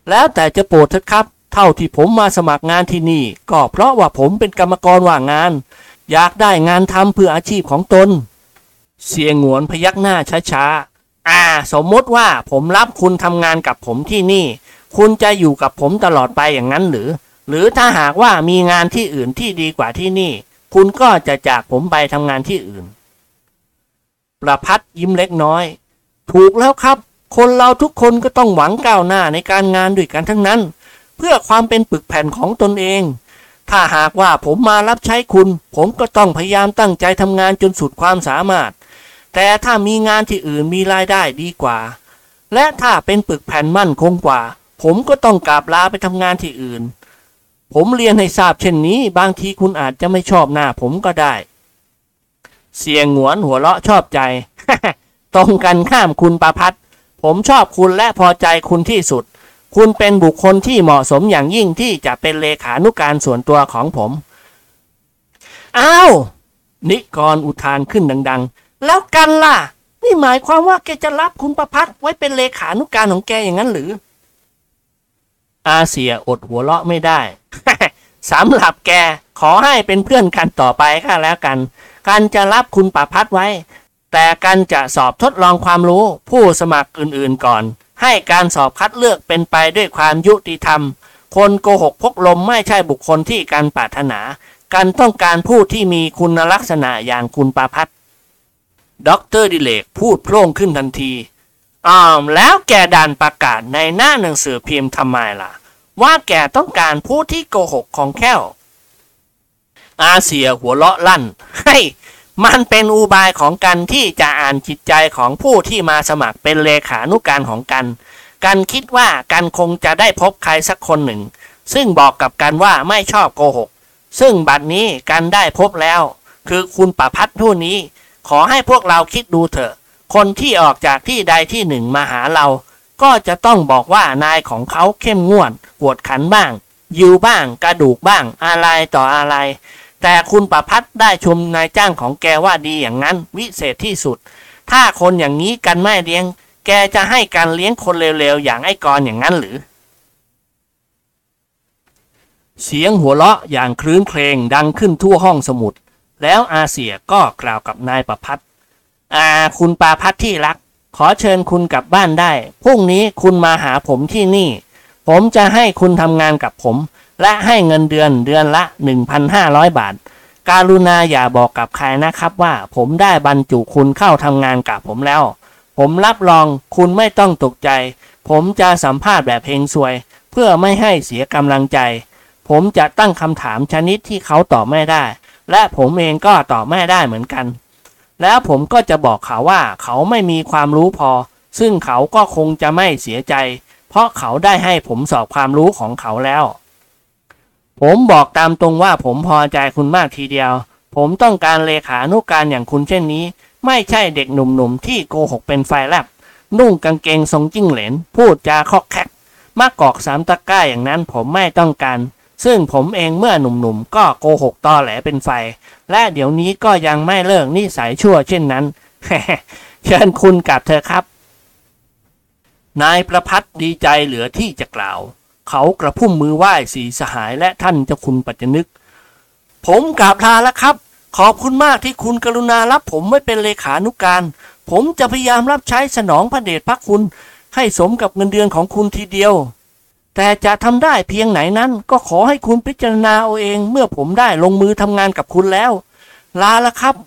A: แล้วแต่จะโปรดเถอะครับเท่าที่ผมมาสมัครงานที่นี่ก็เพราะว่าผมเป็นกรรมกรว่างงานอยากได้งานทำเพื่ออาชีพของตนเสียงหวนพยักหน้าช้าๆสมมติว่าผมรับคุณทำงานกับผมที่นี่คุณจะอยู่กับผมตลอดไปอย่างนั้นหรือถ้าหากว่ามีงานที่อื่นที่ดีกว่าที่นี่คุณก็จะจากผมไปทำงานที่อื่นประพัดยิ้มเล็กน้อยถูกแล้วครับคนเราทุกคนก็ต้องหวังก้าวหน้าในการงานด้วยกันทั้งนั้นเพื่อความเป็นปึกแผ่นของตนเองถ้าหากว่าผมมารับใช้คุณผมก็ต้องพยายามตั้งใจทำงานจนสุดความสามารถแต่ถ้ามีงานที่อื่นมีรายได้ดีกว่าและถ้าเป็นปึกแผ่นมั่นคงกว่าผมก็ต้องกราบลาไปทำงานที่อื่นผมเรียนให้ทราบเช่นนี้บางทีคุณอาจจะไม่ชอบหน้าผมก็ได้เสียงหงวนหัวเราะชอบใจ ตรงกันข้ามคุณประพัดผมชอบคุณและพอใจคุณที่สุดคุณเป็นบุคคลที่เหมาะสมอย่างยิ่งที่จะเป็นเลขานุการส่วนตัวของผมอ้าวนิกรอุทานขึ้นดังๆแล้วกันล่ะนี่หมายความว่าแกจะรับคุณประพัดไว้เป็นเลขานุการของแกอย่างนั้นหรืออาเซียอดหัวเราะไม่ได้ สำหรับแกขอให้เป็นเพื่อนกันต่อไปก็แล้วกันจะรับคุณประพัดไว้แต่กันจะสอบทดลองความรู้ผู้สมัครอื่นๆก่อนให้การสอบคัดเลือกเป็นไปด้วยความยุติธรรมคนโกหกพกลมไม่ใช่บุคคลที่การปรารถนาการต้องการผู้ที่มีคุณลักษณะอย่างคุณประพัดด็อกเตอร์ดิเลกพูดโพร่งขึ้นทันทีแล้วแกดันประกาศในหน้าหนังสือพิมพ์ทำไมล่ะว่าแกต้องการผู้ที่โกหกของแค่วอาเซียหัวเราะลั่นมันเป็นอุบายของกันที่จะอ่านจิตใจของผู้ที่มาสมัครเป็นเลขานุการของกันคิดว่ากันคงจะได้พบใครสักคนหนึ่งซึ่งบอกกับกันว่าไม่ชอบโกหกซึ่งบัดนี้กันได้พบแล้วคือคุณประพัดผู้นี้ขอให้พวกเราคิดดูเถอะคนที่ออกจากที่ใดที่หนึ่งมาหาเราก็จะต้องบอกว่านายของเขาเข้มงวดกวดขันบ้างยิวบ้างกระดูกบ้างอะไรต่ออะไรแต่คุณประพัดได้ชมนายจ้างของแกว่าดีอย่างนั้นวิเศษที่สุดถ้าคนอย่างนี้กันไม่เลี้ยงแกจะให้การเลี้ยงคนเร็วๆอย่างไอ้กรอย่างนั้นหรือเสียงหัวเราะอย่างคลื้นเครงดังขึ้นทั่วห้องสมุดแล้วอาเซียก็กล่าวกับนายประพัดคุณประพัดที่รักขอเชิญคุณกลับบ้านได้พรุ่งนี้คุณมาหาผมที่นี่ผมจะให้คุณทำงานกับผมและให้เงินเดือนละ 1,500 บาทการุณาอย่าบอกกับใครนะครับว่าผมได้บรรจุคุณเข้าทำงานกับผมแล้วผมรับรองคุณไม่ต้องตกใจผมจะสัมภาษณ์แบบเฮงซวยเพื่อไม่ให้เสียกำลังใจผมจะตั้งคำถามชนิดที่เขาตอบไม่ได้และผมเองก็ตอบไม่ได้เหมือนกันแล้วผมก็จะบอกเขาว่าเขาไม่มีความรู้พอซึ่งเขาก็คงจะไม่เสียใจเพราะเขาได้ให้ผมสอบความรู้ของเขาแล้วผมบอกตามตรงว่าผมพอใจคุณมากทีเดียวผมต้องการเลขานุการอย่างคุณเช่นนี้ไม่ใช่เด็กหนุ่มๆที่โกหกเป็นไฟแลบนุ่งกางเกงทรงจิ้งเหลนพูดจาคอกแคกมากอกสามตะกร้าอย่างนั้นผมไม่ต้องการซึ่งผมเองเมื่อหนุ่มๆก็โกหกตอแหลเป็นไฟและเดี๋ยวนี้ก็ยังไม่เลิกนิสัยชั่วเช่นนั้น เชิญคุณกลับเถอะครับนายประพัดดีใจเหลือที่จะกล่าวเขากระพุ่มมือไหว้สีสหายและท่านเจ้าคุณปัจจนึกผมกราบลาแล้วครับขอบคุณมากที่คุณกรุณารับผมไว้เป็นเลขานุการผมจะพยายามรับใช้สนองพระเดชพระคุณให้สมกับเงินเดือนของคุณทีเดียวแต่จะทำได้เพียงไหนนั้นก็ขอให้คุณพิจารณาเอาเองเมื่อผมได้ลงมือทำงานกับคุณแล้วลาละครับ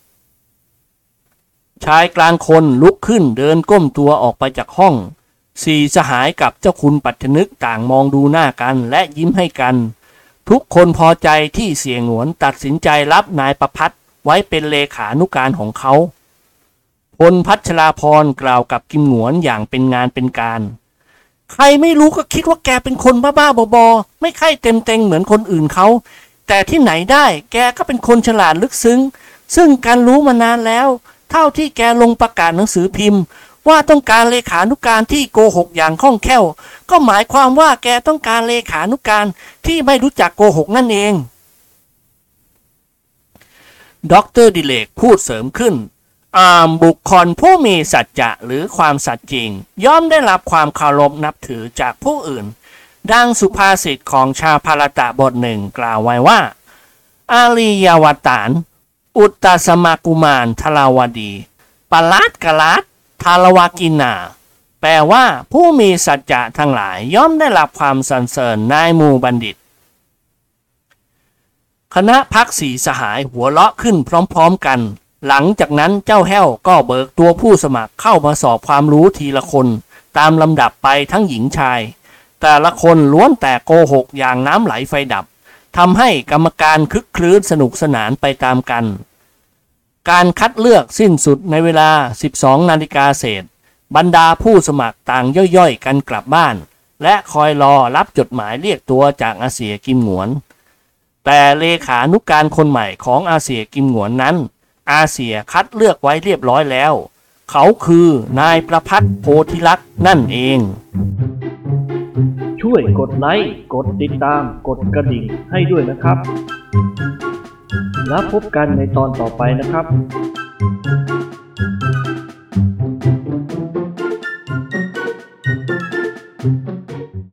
A: ชายกลางคนลุกขึ้นเดินก้มตัวออกไปจากห้องสี่สหายกับเจ้าคุณปัจจนึกต่างมองดูหน้ากันและยิ้มให้กันทุกคนพอใจที่เสี่ยงหวนตัดสินใจรับนายประพัดไว้เป็นเลขานุการของเขาพลพัชราพรกล่าวกับกิมหงวนอย่างเป็นงานเป็นการใครไม่รู้ก็คิดว่าแกเป็นคนบ้าๆบอๆไม่ค่อยเต็มเต็งเหมือนคนอื่นเขาแต่ที่ไหนได้แกก็เป็นคนฉลาดลึกซึ้งซึ่งการรู้มานานแล้วเท่าที่แกลงประกาศหนังสือพิมพ์ว่าต้องการเลขานุการที่โกหกอย่างคล่องแคล่วก็หมายความว่าแกต้องการเลขานุการที่ไม่รู้จักโกหกนั่นเองด็อกเตอร์ดิเลกพูดเสริมขึ้นบุคคลผู้มีสัจจะหรือความสัตย์จริงย่อมได้รับความเคารพนับถือจากผู้อื่นดังสุภาษิตของชาวภารตะบทหนึ่งกล่าวไว้ว่าอาลียาวตารอุตตสมากุมารทลาวดีปลัดกลัดทารวกินาแปลว่าผู้มีสัจจะทั้งหลายย่อมได้รับความสรรเสริญในหมู่บัณฑิตคณะพักสีสหายหัวเราะขึ้นพร้อมๆกันหลังจากนั้นเจ้าแห้วก็เบิกตัวผู้สมัครเข้ามาสอบความรู้ทีละคนตามลำดับไปทั้งหญิงชายแต่ละคนล้วนแต่โกหกอย่างน้ำไหลไฟดับทำให้กรรมการคึกครื้นสนุกสนานไปตามกันการคัดเลือกสิ้นสุดในเวลา 12 นาฬิกาเศษบรรดาผู้สมัครต่างย่อยๆกันกลับบ้านและคอยรอรับจดหมายเรียกตัวจากอาเสียกิมหงวนแต่เลขานุการคนใหม่ของอาเสียกิมหงวนนั้นอาเสียคัดเลือกไว้เรียบร้อยแล้วเขาคือนายประภัตโพธิลักษณ์นั่นเอง
C: ช่วยกดไลค์กดติดตามกดกระดิ่งให้ด้วยนะครับแล้วพบกันในตอนต่อไปนะครับ